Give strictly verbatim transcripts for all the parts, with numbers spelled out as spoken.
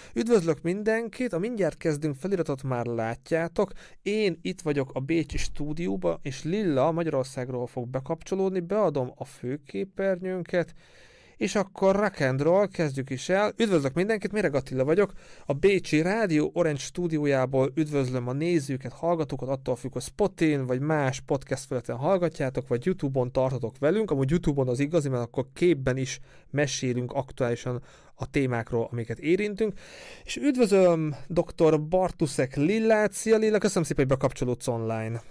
Üdvözlök mindenkit, a mindjárt kezdünk feliratot már látjátok. Én itt vagyok a bécsi stúdióba, és Lilla Magyarországról fog bekapcsolódni, beadom a főképernyőnket, és akkor rock and roll, kezdjük is el. Üdvözlök mindenkit, Méreg Attila vagyok. A bécsi Rádió Orange stúdiójából üdvözlöm a nézőket, hallgatókat, attól függ, hogy Spotin vagy más podcast felületen hallgatjátok, vagy YouTube-on tartotok velünk. Amúgy YouTube-on az igazi, mert akkor képben is mesélünk aktuálisan a témákról, amiket érintünk. És üdvözlöm dr. Bartuszek Lillát. Szia Lilla, köszönöm szépen, hogy bekapcsolódsz online.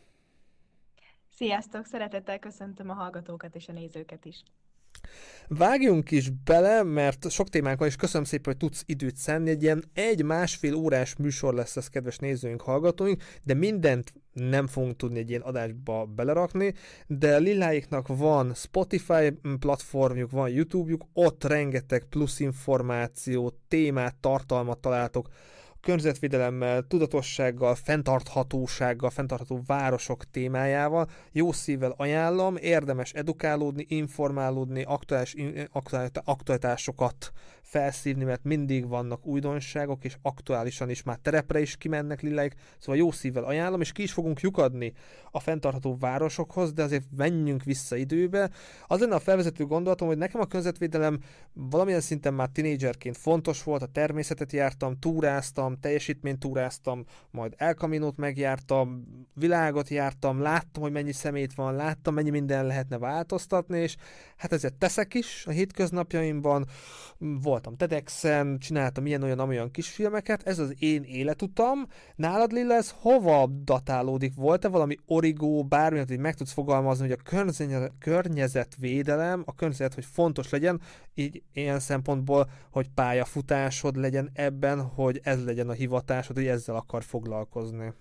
Sziasztok, szeretettel köszöntöm a hallgatókat és a nézőket is. Vágjunk is bele, mert sok témánk van, és köszönöm szépen, hogy tudsz időt szenni. Egy ilyen egy-másfél órás műsor lesz ez, kedves nézőink, hallgatóink, de mindent nem fogunk tudni egy ilyen adásba belerakni, de Lilláiknak van Spotify platformjuk, van YouTube-juk, ott rengeteg plusz információt, témát, tartalmat találtok, környezetvédelemmel, tudatossággal, fenntarthatósággal, fenntartható városok témájával. Jó szívvel ajánlom, érdemes edukálódni, informálódni, aktuális, aktualitásokat felszívni, mert mindig vannak újdonságok, és aktuálisan is már terepre is kimennek Lilláik, szóval jó szívvel ajánlom, és ki is fogunk lyukadni a fenntartható városokhoz, de azért menjünk vissza időbe. Az lenne a felvezető gondolatom, hogy nekem a környezetvédelem valamilyen szinten már tinédzserként fontos volt, a természetet jártam, túráztam, teljesítményt túráztam, majd El Caminót megjártam, világot jártam, láttam, hogy mennyi szemét van, láttam, mennyi minden lehetne változtatni, és hát ezért teszek is a hétköznapjaimban. Voltam TEDxen, csináltam ilyen-olyan amolyan kisfilmeket, ez az én életutam. Nálad, Lilla, ez hova datálódik? Volt-e valami origó, bármilyen, hogy meg tudsz fogalmazni, hogy a környezet, környezetvédelem, a környezet, hogy fontos legyen, így ilyen szempontból, hogy pályafutásod legyen ebben, hogy ez legyen a hivatásod, hogy ezzel akar foglalkozni?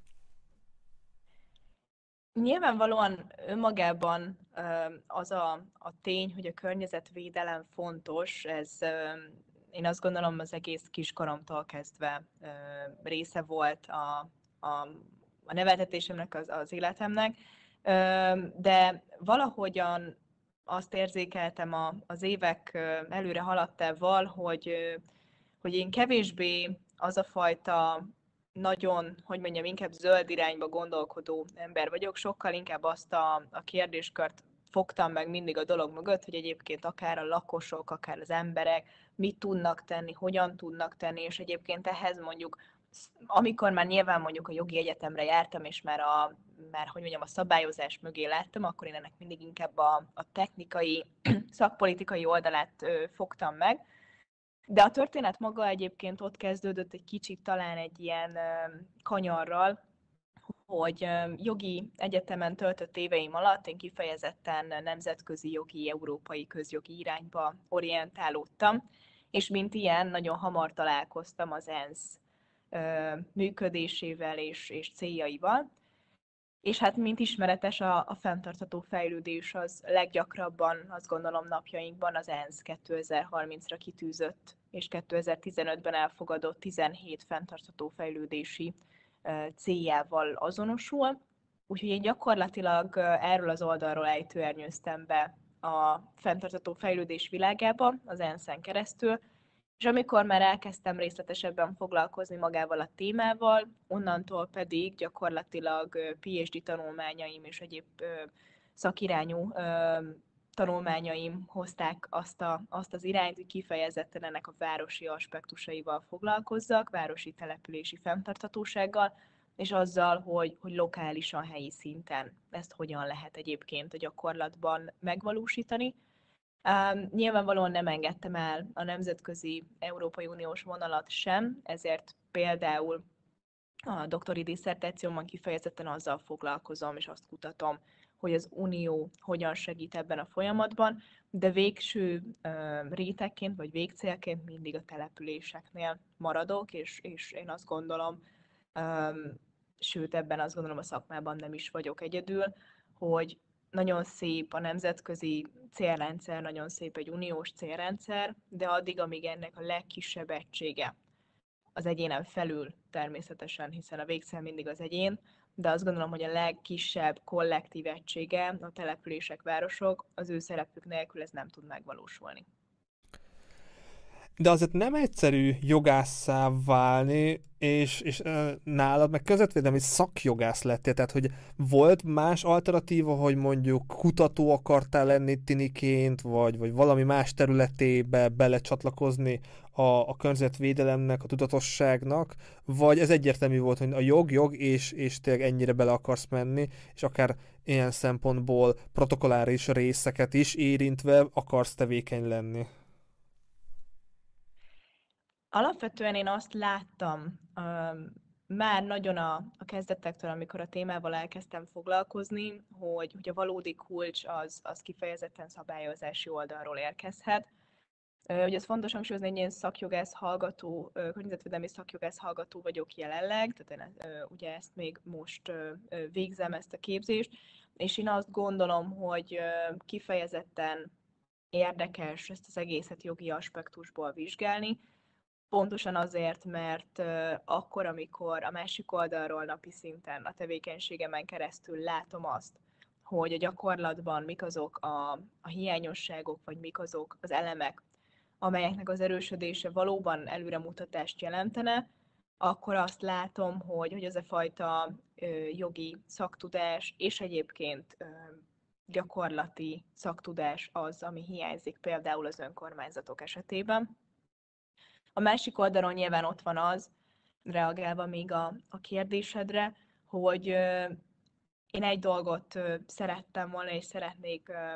Nyilvánvalóan önmagában az a, a tény, hogy a környezetvédelem fontos, ez én azt gondolom az egész kiskoromtól kezdve része volt a, a, a neveltetésemnek, az, az életemnek, de valahogyan azt érzékeltem a, az évek előre haladtával, hogy, hogy én kevésbé az a fajta nagyon, hogy mondjam, inkább zöld irányba gondolkodó ember vagyok, sokkal inkább azt a, a kérdéskört fogtam meg mindig a dolog mögött, hogy egyébként akár a lakosok, akár az emberek mit tudnak tenni, hogyan tudnak tenni, és egyébként ehhez mondjuk, amikor már nyilván mondjuk a jogi egyetemre jártam, és már a, már, hogy mondjam, a szabályozás mögé láttam, akkor én ennek mindig inkább a, a technikai, szakpolitikai oldalát ö, fogtam meg. De a történet maga egyébként ott kezdődött egy kicsit talán egy ilyen kanyarral, hogy jogi egyetemen töltött éveim alatt én kifejezetten nemzetközi jogi, európai közjogi irányba orientálódtam, és mint ilyen nagyon hamar találkoztam az ENSZ működésével és, és céljaival. És hát, mint ismeretes, a, a fenntartható fejlődés az leggyakrabban, azt gondolom, napjainkban az ENSZ kétezer-harmincra kitűzött és kétezer-tizenötben elfogadott tizenhét fenntartható fejlődési céljával azonosul. Úgyhogy én gyakorlatilag erről az oldalról ejtőernyőztem be a fenntartható fejlődés világába az ENSZ-en keresztül, és amikor már elkezdtem részletesebben foglalkozni magával a témával, onnantól pedig gyakorlatilag PhD tanulmányaim és egyéb szakirányú tanulmányaim hozták azt, a, azt az irányt, hogy kifejezetten ennek a városi aspektusaival foglalkozzak, városi települési fenntarthatósággal, és azzal, hogy, hogy lokálisan, helyi szinten ezt hogyan lehet egyébként a gyakorlatban megvalósítani. Um, nyilvánvalóan nem engedtem el a nemzetközi Európai Uniós vonalat sem, ezért például a doktori disszertációmban kifejezetten azzal foglalkozom, és azt kutatom, hogy az Unió hogyan segít ebben a folyamatban, de végső uh, rétegként, vagy végcélként mindig a településeknél maradok, és, és én azt gondolom, um, sőt ebben azt gondolom a szakmában nem is vagyok egyedül, hogy nagyon szép a nemzetközi célrendszer, nagyon szép egy uniós célrendszer, de addig, amíg ennek a legkisebb egysége az egyénen felül természetesen, hiszen a végcél mindig az egyén, de azt gondolom, hogy a legkisebb kollektív egysége, a települések, városok, az ő szerepük nélkül ez nem tud megvalósulni. De azért nem egyszerű jogásszá válni, és, és uh, nálad meg közvetvédelmi szakjogász lettél, tehát hogy volt más alternatíva, hogy mondjuk kutató akartál lenni tiniként, vagy, vagy valami más területébe belecsatlakozni a, a környezetvédelemnek, a tudatosságnak, vagy ez egyértelmű volt, hogy a jog, jog, és, és tényleg ennyire bele akarsz menni, és akár ilyen szempontból protokolláris részeket is érintve akarsz tevékeny lenni. Alapvetően én azt láttam um, már nagyon a, a kezdetektől, amikor a témával elkezdtem foglalkozni, hogy, hogy a valódi kulcs az, az kifejezetten szabályozási oldalról érkezhet. Ugye ez fontos hangsúlyozni, hogy én szakjogász hallgató, környezetvédelmi szakjogász hallgató vagyok jelenleg, tehát én ugye ezt még most végzem, ezt a képzést, és én azt gondolom, hogy kifejezetten érdekes ezt az egészet jogi aspektusból vizsgálni, pontosan azért, mert akkor, amikor a másik oldalról napi szinten a tevékenységemen keresztül látom azt, hogy a gyakorlatban mik azok a, a hiányosságok, vagy mik azok az elemek, amelyeknek az erősödése valóban előremutatást jelentene, akkor azt látom, hogy, hogy ez a fajta ö, jogi szaktudás és egyébként ö, gyakorlati szaktudás az, ami hiányzik például az önkormányzatok esetében. A másik oldalon nyilván ott van az, reagálva még a, a kérdésedre, hogy ö, én egy dolgot ö, szerettem volna, és szeretnék ö,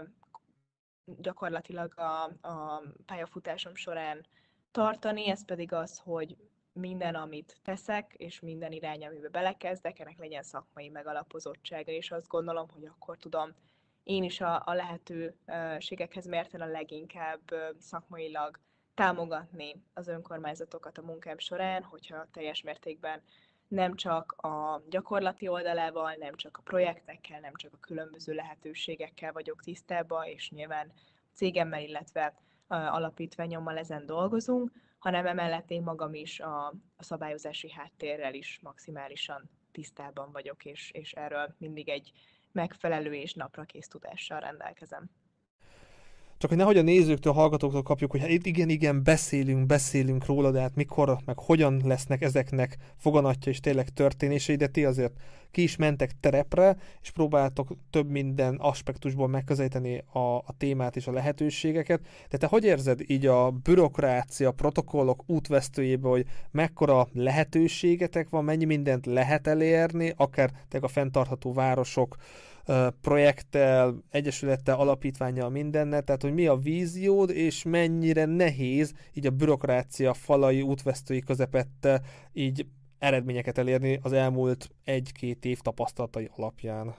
gyakorlatilag a, a pályafutásom során tartani, ez pedig az, hogy minden, amit teszek, és minden irány, amiben belekezdek, ennek legyen szakmai megalapozottsága, és azt gondolom, hogy akkor tudom én is a, a lehetőségekhez mérten a leginkább szakmailag támogatni az önkormányzatokat a munkám során, hogyha teljes mértékben nem csak a gyakorlati oldalával, nem csak a projektekkel, nem csak a különböző lehetőségekkel vagyok tisztában, és nyilván cégemmel, illetve alapítványommal ezen dolgozunk, hanem emellett én magam is a, a szabályozási háttérrel is maximálisan tisztában vagyok, és, és erről mindig egy megfelelő és naprakész tudással rendelkezem. Csak hogy nehogy a nézőktől, a hallgatóktól kapjuk, hogy hát itt igen, igen, beszélünk, beszélünk róla, de hát mikor, meg hogyan lesznek ezeknek foganatja és tényleg történései, de ti azért ki is mentek terepre, és próbáltok több minden aspektusból megközelíteni a, a témát és a lehetőségeket. De te hogy érzed így a bürokrácia, protokollok útvesztőjében, hogy mekkora lehetőségetek van, mennyi mindent lehet elérni, akár a fenntartható városok projekttel, egyesülettel, alapítvánnyal, mindennel, tehát hogy mi a víziód, és mennyire nehéz így a bürokrácia falai, útvesztői közepette így eredményeket elérni az elmúlt egy-két év tapasztalatai alapján.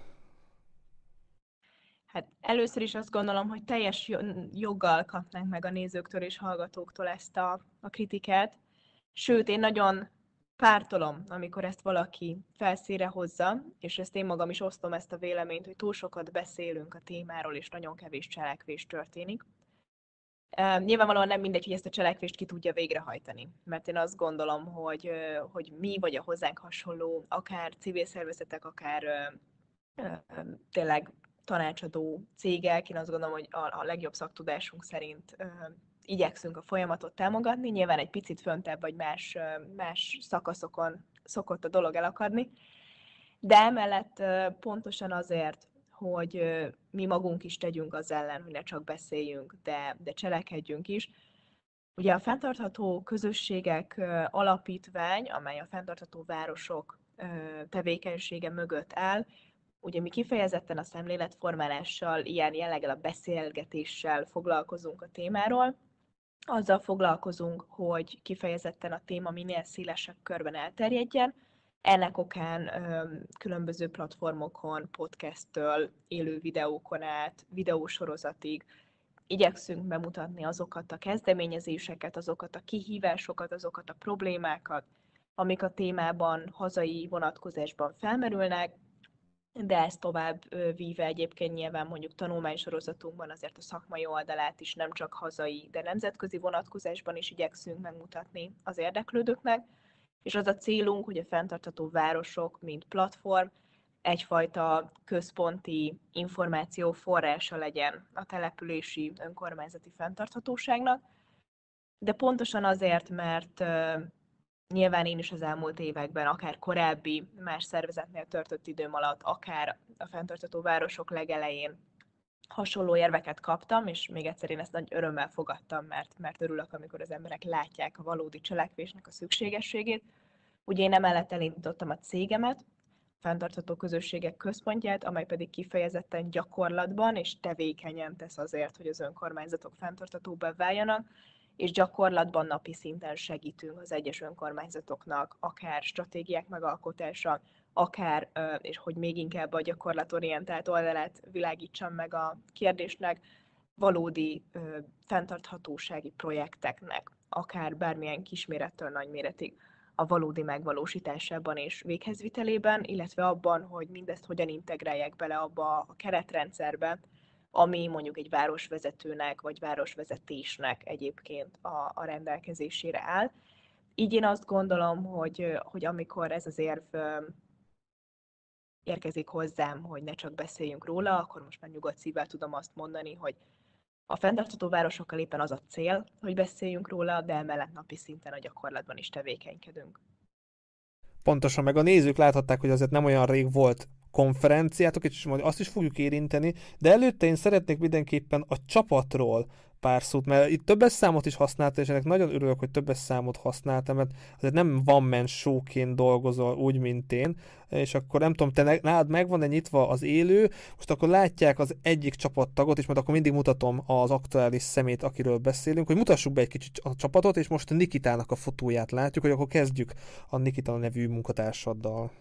Hát először is azt gondolom, hogy teljes joggal kapnánk meg a nézőktől és hallgatóktól ezt a, a kritikát. Sőt, én nagyon pártolom, amikor ezt valaki felszínre hozza, és ezt én magam is osztom ezt a véleményt, hogy túl sokat beszélünk a témáról, és nagyon kevés cselekvés történik. Nyilvánvalóan nem mindegy, hogy ezt a cselekvést ki tudja végrehajtani, mert én azt gondolom, hogy, hogy mi vagy a hozzánk hasonló, akár civil szervezetek, akár tényleg tanácsadó cégek, én azt gondolom, hogy a, a legjobb szaktudásunk szerint igyekszünk a folyamatot támogatni, nyilván egy picit föntebb vagy más, más szakaszokon szokott a dolog elakadni, de emellett pontosan azért, hogy mi magunk is tegyünk az ellen, hogy ne csak beszéljünk, de, de cselekedjünk is. Ugye a Fenntartható Közösségek Alapítvány, amely a fenntartható városok tevékenysége mögött áll, ugye mi kifejezetten a szemléletformálással, ilyen jelleggel a beszélgetéssel foglalkozunk a témáról. Azzal foglalkozunk, hogy kifejezetten a téma minél szélesebb körben elterjedjen. Ennek okán ö, különböző platformokon, podcasttől, élő videókon át, videósorozatig igyekszünk bemutatni azokat a kezdeményezéseket, azokat a kihívásokat, azokat a problémákat, amik a témában, hazai vonatkozásban felmerülnek, de ezt tovább víve egyébként nyilván mondjuk tanulmánysorozatunkban azért a szakmai oldalát is nem csak hazai, de nemzetközi vonatkozásban is igyekszünk megmutatni az érdeklődőknek, és az a célunk, hogy a fenntartható városok, mint platform, egyfajta központi információ forrása legyen a települési önkormányzati fenntarthatóságnak, de pontosan azért, mert uh, nyilván én is az elmúlt években, akár korábbi más szervezetnél töltött időm alatt, akár a fenntartható városok legelején hasonló érveket kaptam, és még egyszer én ezt nagy örömmel fogadtam, mert, mert örülök, amikor az emberek látják a valódi cselekvésnek a szükségességét. Ugye én emellett elindítottam a cégemet, fenntartható közösségek központját, amely pedig kifejezetten gyakorlatban és tevékenyen tesz azért, hogy az önkormányzatok fenntarthatóbbá váljanak, és gyakorlatban napi szinten segítünk az egyes önkormányzatoknak, akár stratégiák megalkotása, akár, és hogy még inkább a gyakorlatorientált oldalát világítsam meg a kérdésnek, valódi fenntarthatósági projekteknek, akár bármilyen kismérettől nagyméretig a valódi megvalósításában és véghezvitelében, illetve abban, hogy mindezt hogyan integrálják bele abba a keretrendszerbe, ami mondjuk egy városvezetőnek vagy városvezetésnek egyébként a, a rendelkezésére áll. Így én azt gondolom, hogy, hogy amikor ez az érv érkezik hozzám, hogy ne csak beszéljünk róla, akkor most már nyugodt szívvel tudom azt mondani, hogy a fenntartható városokkal éppen az a cél, hogy beszéljünk róla, de emellett napi szinten a gyakorlatban is tevékenykedünk. Pontosan, meg a nézők láthatták, hogy azért nem olyan rég volt konferenciátok, és majd azt is fogjuk érinteni, de előtte én szeretnék mindenképpen a csapatról pár szót, mert itt többes számot is használtam, és ennek nagyon örülök, hogy többes számot használtam, mert azért nem one man show-ként dolgozol úgy, mint én, és akkor nem tudom, te nálad megvan-e nyitva az élő, most akkor látják az egyik csapattagot, és majd akkor mindig mutatom az aktuális szemét, akiről beszélünk, hogy mutassuk be egy kicsit a csapatot, és most a Nikitának a fotóját látjuk, hogy akkor kezdjük a Nikita nevű munkatársaddal.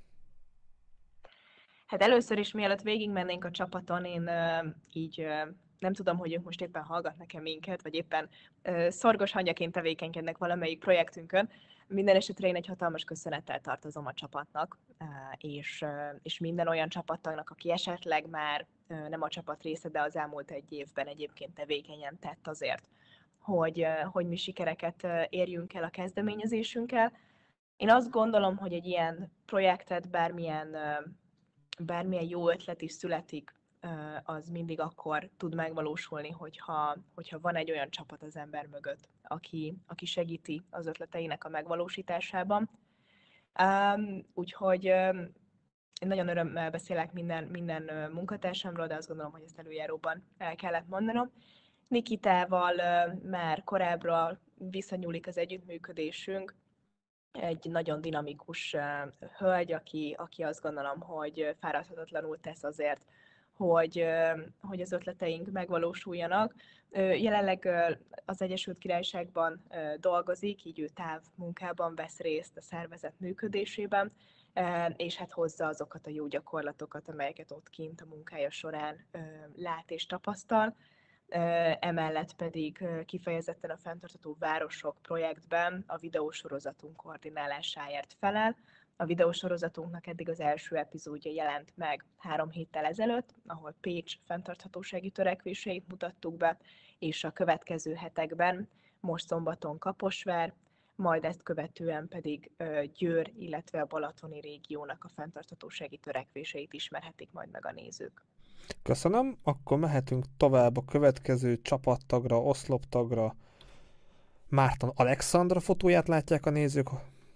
Hát először is, mielőtt végigmennénk a csapaton, én uh, így uh, nem tudom, hogy ők most éppen hallgatnak-e minket, vagy éppen uh, szorgos hangyaként tevékenykednek valamelyik projektünkön. Minden esetre én egy hatalmas köszönettel tartozom a csapatnak, uh, és, uh, és minden olyan csapattagnak, aki esetleg már uh, nem a csapat része, de az elmúlt egy évben egyébként tevékenyen tett azért, hogy, uh, hogy mi sikereket uh, érjünk el a kezdeményezésünkkel. Én azt gondolom, hogy egy ilyen projektet bármilyen uh, bármilyen jó ötlet is születik, az mindig akkor tud megvalósulni, hogyha, hogyha van egy olyan csapat az ember mögött, aki, aki segíti az ötleteinek a megvalósításában. Úgyhogy én nagyon örömmel beszélek minden, minden munkatársamról, de azt gondolom, hogy ezt előjáróban el kellett mondanom. Nikitával már korábbra visszanyúlik az együttműködésünk, egy nagyon dinamikus hölgy, aki, aki azt gondolom, hogy fáradhatatlanul tesz azért, hogy, hogy az ötleteink megvalósuljanak. Jelenleg az Egyesült Királyságban dolgozik, így ő távmunkában vesz részt a szervezet működésében, és hát hozza azokat a jó gyakorlatokat, amelyeket ott kint a munkája során lát és tapasztal. Emellett pedig kifejezetten a fenntartható városok projektben a videósorozatunk koordinálásáért felel. A videósorozatunknak eddig az első epizódja jelent meg három héttel ezelőtt, ahol Pécs fenntarthatósági törekvéseit mutattuk be, és a következő hetekben, most szombaton Kaposvár, majd ezt követően pedig Győr, illetve a balatoni régiónak a fenntarthatósági törekvéseit ismerhetik majd meg a nézők. Köszönöm, akkor mehetünk tovább a következő csapattagra, oszloptagra. Márton Alexandra fotóját látják a nézők.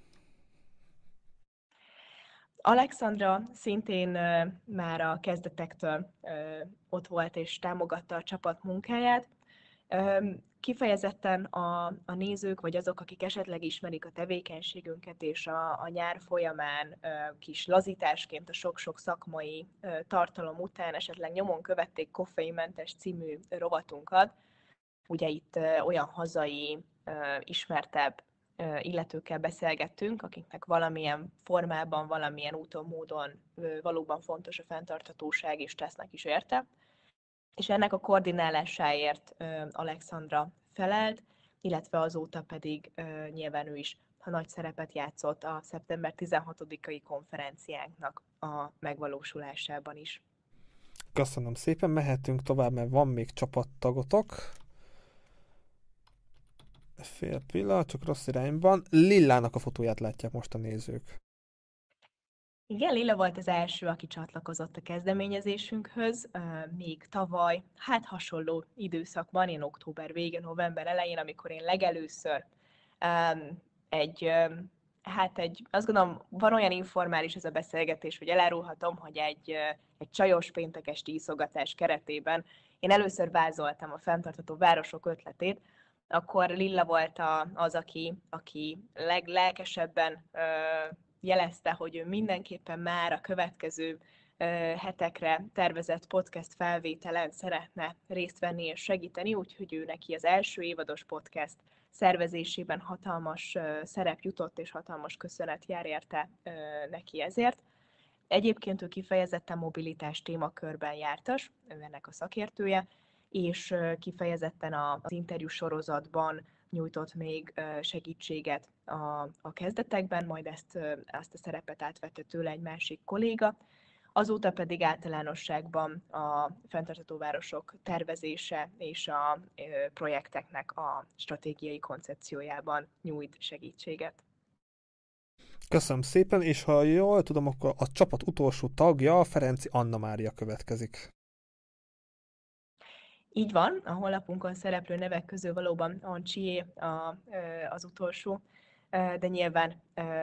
Alexandra szintén uh, már a kezdetektől uh, ott volt és támogatta a csapat munkáját. Um, kifejezetten a, a nézők, vagy azok, akik esetleg ismerik a tevékenységünket, és a, a nyár folyamán uh, kis lazításként a sok-sok szakmai uh, tartalom után esetleg nyomon követték Koffeinmentes című rovatunkat. Ugye itt uh, olyan hazai, uh, ismertebb illetőkkel beszélgettünk, akiknek valamilyen formában, valamilyen úton, módon valóban fontos a fenntarthatóság, és tesznek is érte. És ennek a koordinálásáért Alexandra felelt, illetve azóta pedig nyilván ő is nagy szerepet játszott a szeptember tizenhatodikai konferenciánknak a megvalósulásában is. Köszönöm szépen, mehetünk tovább, mert van még csapattagotok. Fél pillanat, csak rossz irányban. Lillának a fotóját látják most a nézők. Igen, Lilla volt az első, aki csatlakozott a kezdeményezésünkhöz, még tavaly, hát hasonló időszakban, én október vége, november elején, amikor én legelőször egy, hát egy, azt gondolom, van olyan informális ez a beszélgetés, hogy elárulhatom, hogy egy, egy csajos péntekes íszogatás keretében én először vázoltam a fenntartható városok ötletét, akkor Lilla volt az, aki, aki leglelkesebben jelezte, hogy ő mindenképpen már a következő hetekre tervezett podcast felvételen szeretne részt venni és segíteni, úgyhogy ő neki az első évados podcast szervezésében hatalmas szerep jutott, és hatalmas köszönet jár érte neki ezért. Egyébként ő kifejezetten mobilitás témakörben jártas, ő ennek a szakértője, és kifejezetten az interjú sorozatban nyújtott még segítséget a, a kezdetekben, majd ezt, ezt a szerepet átvette tőle egy másik kolléga. Azóta pedig általánosságban a fenntartható városok tervezése és a projekteknek a stratégiai koncepciójában nyújt segítséget. Köszönöm szépen, és ha jól tudom, akkor a csapat utolsó tagja, Ferenci Anna Mária következik. Így van, a honlapunkon szereplő nevek közül valóban Ancsié a, az utolsó, de nyilván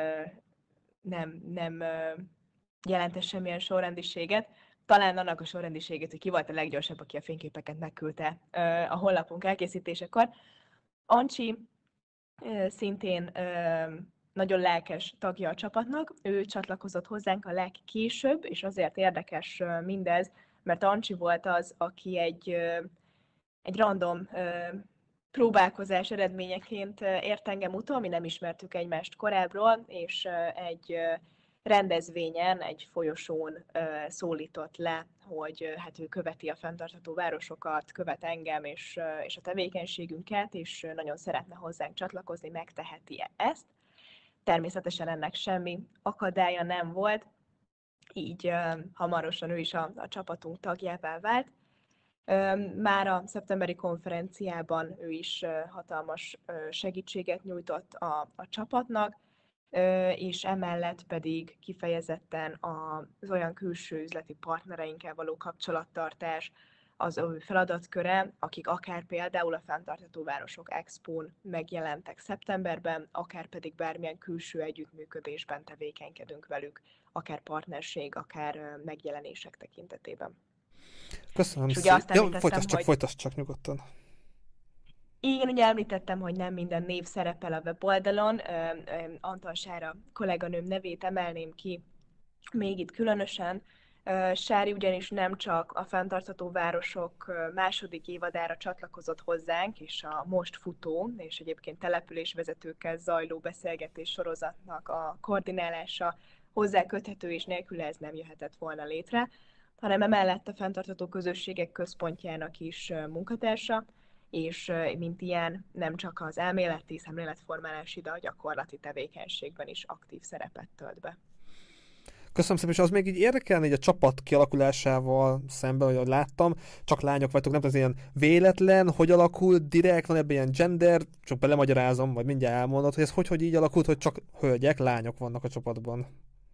nem, nem jelentes semmilyen sorrendiséget. Talán annak a sorrendiségét, hogy ki volt a leggyorsabb, aki a fényképeket megküldte a honlapunk elkészítésekor. Ancsi szintén nagyon lelkes tagja a csapatnak, ő csatlakozott hozzánk a legkésőbb, és azért érdekes mindez, mert Ancsi volt az, aki egy, egy random próbálkozás eredményeként ért engem utol, mi nem ismertük egymást korábbról, és egy rendezvényen, egy folyosón szólított le, hogy hát ő követi a fenntartható városokat, követ engem és, és a tevékenységünket, és nagyon szeretne hozzánk csatlakozni, megteheti ezt. Természetesen ennek semmi akadálya nem volt, így hamarosan ő is a, a csapatunk tagjává vált. Már a szeptemberi konferenciában ő is hatalmas segítséget nyújtott a, a csapatnak, és emellett pedig kifejezetten az olyan külső üzleti partnereinkkel való kapcsolattartás az ő feladatköre, akik akár például a Fenntartható Városok Expón megjelentek szeptemberben, akár pedig bármilyen külső együttműködésben tevékenykedünk velük, akár partnerség, akár megjelenések tekintetében. Köszönöm szépen. Ja, folytasd csak, hogy... folytasd csak nyugodtan. Igen, ugye említettem, hogy nem minden név szerepel a weboldalon. Antal Sára kolléganőm nevét emelném ki még itt különösen. Sári ugyanis nem csak a Fenntartható Városok második évadára csatlakozott hozzánk, és a most futó, és egyébként településvezetőkkel zajló beszélgetés sorozatnak a koordinálása hozzá köthető, és nélküle ez nem jöhetett volna létre, hanem emellett a Fenntartható Közösségek Központjának is munkatársa, és mint ilyen nem csak az elméleti, szemléletformálási, de a gyakorlati tevékenységben is aktív szerepet tölt be. Köszönöm szépen, és az még így érdekelne így a csapat kialakulásával szemben, hogy láttam, csak lányok vagytok, nem az ilyen véletlen, hogy alakult, direkt, van ebben ilyen gender, csak belemagyarázom, vagy mindjárt elmondod, hogy ez hogy, hogy így alakult, hogy csak hölgyek, lányok vannak a csapatban.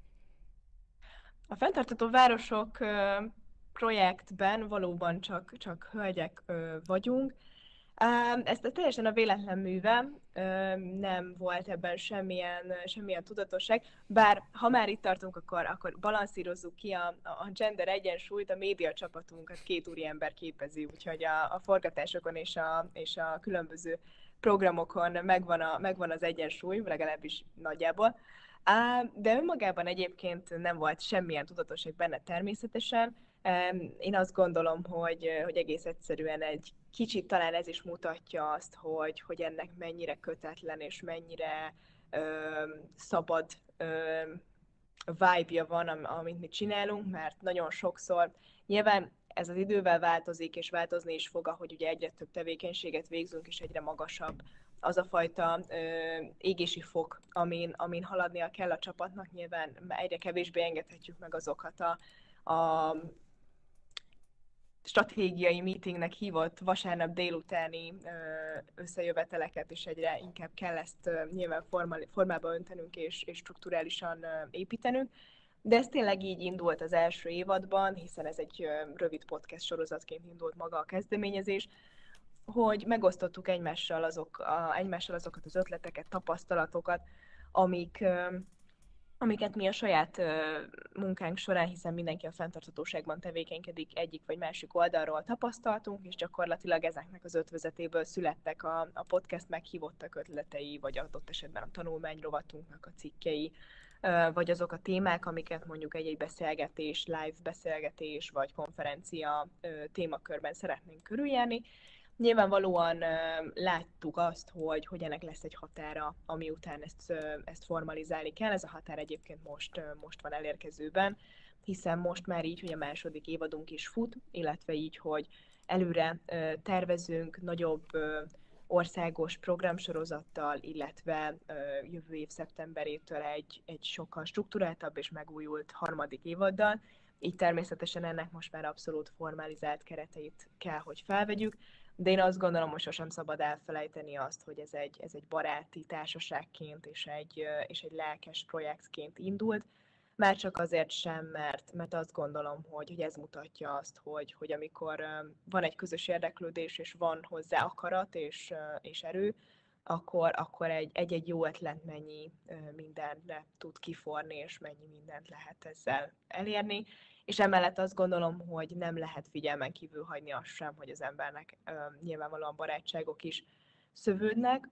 A Fenntartható Városok projektben valóban csak, csak hölgyek vagyunk. Ez teljesen a véletlen műve, nem volt ebben semmilyen, semmilyen tudatosság, bár ha már itt tartunk, akkor, akkor balanszírozzuk ki a, a gender egyensúlyt, a média csapatunkat két úriember képezi, úgyhogy a, a forgatásokon és a, és a különböző programokon megvan, a, megvan az egyensúly, legalábbis nagyjából. De önmagában egyébként nem volt semmilyen tudatosság benne természetesen. Én azt gondolom, hogy, hogy egész egyszerűen egy kicsit talán ez is mutatja azt, hogy, hogy ennek mennyire kötetlen és mennyire ö, szabad ö, vibe-ja van, amit mi csinálunk, mert nagyon sokszor nyilván ez az idővel változik, és változni is fog, ahogy ugye egyre több tevékenységet végzünk, és egyre magasabb az a fajta ö, égési fok, amin, amin haladnia kell a csapatnak, nyilván egyre kevésbé engedhetjük meg azokat a, a stratégiai meetingnek hívott vasárnap délutáni ö, összejöveteleket, és egyre inkább kell ezt ö, nyilván formál, formába öntenünk és, és strukturálisan ö, építenünk. De ez tényleg így indult az első évadban, hiszen ez egy rövid podcast sorozatként indult maga a kezdeményezés, hogy megosztottuk egymással, azok, a, egymással azokat az ötleteket, tapasztalatokat, amik, amiket mi a saját munkánk során, hiszen mindenki a fenntarthatóságban tevékenykedik, egyik vagy másik oldalról tapasztaltunk, és gyakorlatilag ezeknek az ötvözetéből születtek a, a podcast meghívottak ötletei, vagy adott esetben a tanulmányrovatunknak a cikkei, vagy azok a témák, amiket mondjuk egy-egy beszélgetés, live beszélgetés, vagy konferencia témakörben szeretnénk körüljárni. Nyilvánvalóan láttuk azt, hogy, hogy ennek lesz egy határa, ami után ezt, ezt formalizálni kell. Ez a határ egyébként most, most van elérkezőben, hiszen most már így, hogy a második évadunk is fut, illetve így, hogy előre tervezünk nagyobb országos programsorozattal, illetve jövő év szeptemberétől egy, egy sokkal strukturáltabb és megújult harmadik évaddal. Így természetesen ennek most már abszolút formalizált kereteit kell, hogy felvegyük, de én azt gondolom, hogy sosem szabad elfelejteni azt, hogy ez egy, ez egy baráti társaságként és egy, és egy lelkes projektként indult. Már csak azért sem, mert, mert azt gondolom, hogy, hogy ez mutatja azt, hogy, hogy amikor van egy közös érdeklődés, és van hozzá akarat és, és erő, akkor, akkor egy, egy-egy jó ötlet mennyi mindenre tud kiforni, és mennyi mindent lehet ezzel elérni. És emellett azt gondolom, hogy nem lehet figyelmen kívül hagyni azt sem, hogy az embernek nyilvánvalóan barátságok is szövődnek,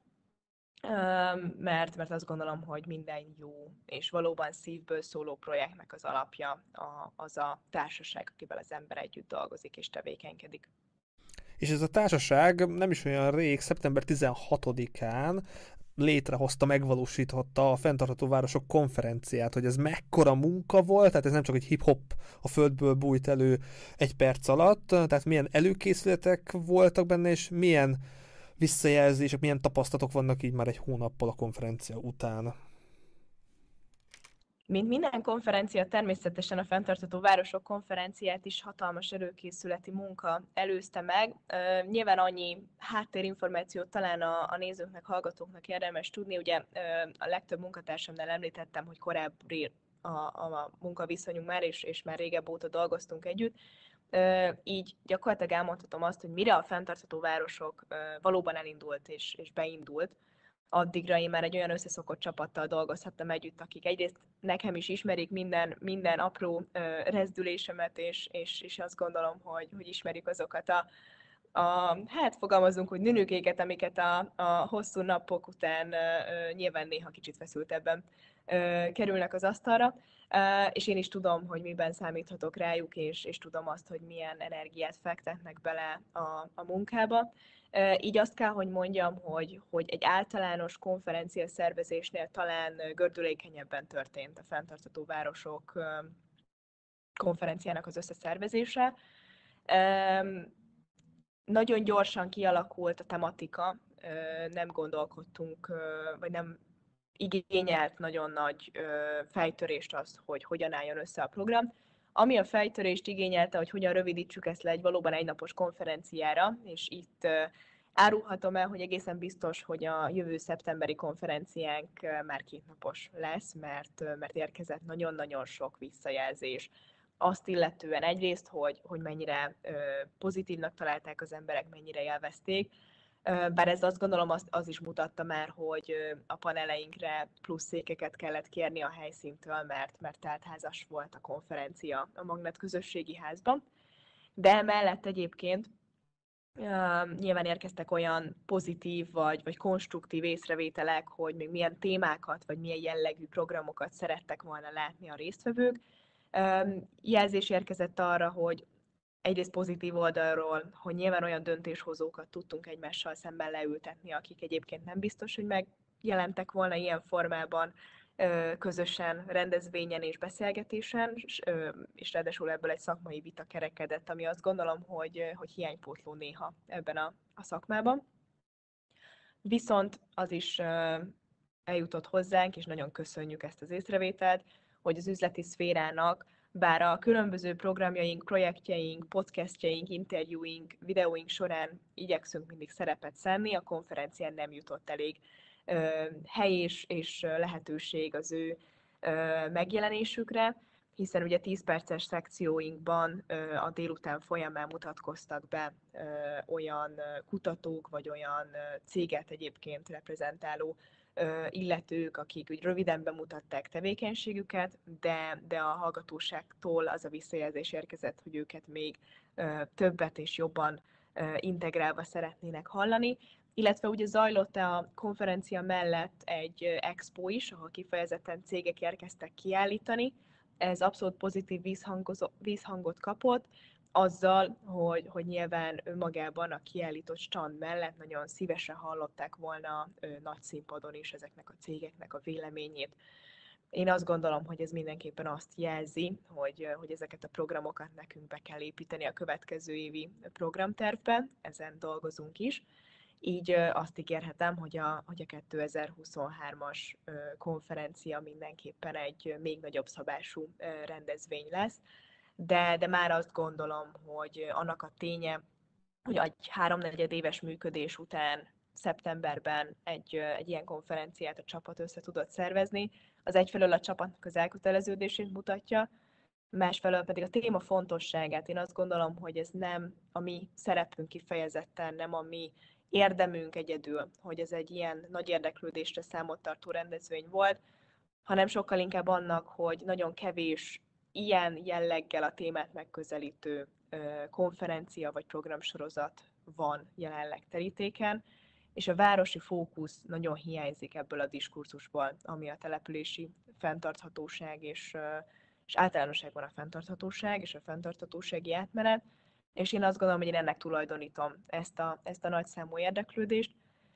mert, mert azt gondolom, hogy minden jó és valóban szívből szóló projektnek az alapja a, az a társaság, akivel az ember együtt dolgozik és tevékenykedik. És ez a társaság nem is olyan rég, szeptember tizenhatodikán létrehozta, megvalósíthatta a Fenntartható Városok konferenciát, hogy ez mekkora munka volt, tehát ez nem csak egy hip-hop a földből bújt elő egy perc alatt, tehát milyen előkészületek voltak benne, és milyen visszajelzések, milyen tapasztalatok vannak így már egy hónappal a konferencia után. Mint minden konferencia, természetesen a Fenntartható Városok konferenciát is hatalmas előkészületi munka előzte meg. Uh, nyilván annyi háttérinformációt talán a, a nézőknek, hallgatóknak érdemes tudni. Ugye uh, a legtöbb munkatársamnál említettem, hogy korábbi a, a munkaviszonyunk már, és, és már régebb óta dolgoztunk együtt. Uh, így gyakorlatilag elmondhatom azt, hogy mire a Fenntartható Városok uh, valóban elindult és, és beindult, addigra én már egy olyan összeszokott csapattal dolgozhattam együtt, akik egyrészt nekem is ismerik minden, minden apró uh, rezdülésemet, és, és, és azt gondolom, hogy, hogy ismerik azokat a, a, hát fogalmazunk, hogy nünükéket, amiket a, a hosszú napok után uh, nyilván néha kicsit feszültebben uh, kerülnek az asztalra, uh, és én is tudom, hogy miben számíthatok rájuk, és, és tudom azt, hogy milyen energiát fektetnek bele a, a munkába. Így azt kell, hogy mondjam, hogy, hogy egy általános konferencia szervezésnél talán gördülékenyebben történt a Fenntartható Városok konferenciának az összeszervezése. Nagyon gyorsan kialakult a tematika, nem gondolkodtunk, vagy nem igényelt nagyon nagy fejtörést az, hogy hogyan álljon össze a program. Ami a fejtörést igényelte, hogy hogyan rövidítsük ezt le egy valóban egynapos konferenciára, és itt árulhatom el, hogy egészen biztos, hogy a jövő szeptemberi konferenciánk már kétnapos lesz, mert, mert érkezett nagyon-nagyon sok visszajelzés. Azt illetően egyrészt, hogy, hogy mennyire pozitívnak találták az emberek, mennyire élvezték, bár ez azt gondolom az, az is mutatta már, hogy a paneleinkre plusz székeket kellett kérni a helyszíntől, mert, mert teltházas volt a konferencia a Magnet közösségi házban. De emellett egyébként uh, nyilván érkeztek olyan pozitív vagy, vagy konstruktív észrevételek, hogy még milyen témákat vagy milyen jellegű programokat szerettek volna látni a résztvevők. Uh, jelzés érkezett arra, hogy egyrészt pozitív oldalról, hogy nyilván olyan döntéshozókat tudtunk egymással szemben leültetni, akik egyébként nem biztos, hogy megjelentek volna ilyen formában közösen rendezvényen és beszélgetésen, és ráadásul ebből egy szakmai vita kerekedett, ami azt gondolom, hogy, hogy hiánypótló néha ebben a, a szakmában. Viszont az is eljutott hozzánk, és nagyon köszönjük ezt az észrevételt, hogy az üzleti szférának bár a különböző programjaink, projektjeink, podcastjaink, interjúink, videóink során igyekszünk mindig szerepet szánni, a konferencián nem jutott elég ö, hely és, és lehetőség az ő ö, megjelenésükre. hiszen ugye tíz perces szekcióinkban a délután folyamán mutatkoztak be olyan kutatók, vagy olyan céget egyébként reprezentáló illetők, akik úgy röviden bemutatták tevékenységüket, de, de a hallgatóságtól az a visszajelzés érkezett, hogy őket még többet és jobban integrálva szeretnének hallani. Illetve ugye zajlott a konferencia mellett egy expo is, ahol kifejezetten cégek érkeztek kiállítani. Ez abszolút pozitív vízhangot kapott, azzal, hogy, hogy nyilván önmagában a kiállított stand mellett nagyon szívesen hallották volna nagy színpadon is ezeknek a cégeknek a véleményét. Én azt gondolom, hogy ez mindenképpen azt jelzi, hogy, hogy ezeket a programokat nekünk be kell építeni a következő évi programtervbe, ezen dolgozunk is. Így azt ígérhetem, hogy a, hogy a kétezer-huszonhármas konferencia mindenképpen egy még nagyobb szabású rendezvény lesz, de, de már azt gondolom, hogy annak a ténye, hogy egy háromnegyed éves működés után szeptemberben egy, egy ilyen konferenciát a csapat össze tudott szervezni, az egyfelől a csapatnak az elköteleződését mutatja, másfelől pedig a téma fontosságát. Én azt gondolom, hogy ez nem a mi szerepünk kifejezetten, nem a mi érdemünk egyedül, hogy ez egy ilyen nagy érdeklődésre számot tartó rendezvény volt, hanem sokkal inkább annak, hogy nagyon kevés ilyen jelleggel a témát megközelítő konferencia vagy programsorozat van jelenleg terítéken, és a városi fókusz nagyon hiányzik ebből a diskurzusból, ami a települési fenntarthatóság és, és általánosságban a fenntarthatóság és a fenntarthatósági átmenet, és én azt gondolom, hogy én ennek tulajdonítom ezt a, ezt a nagyszámú érdeklődést,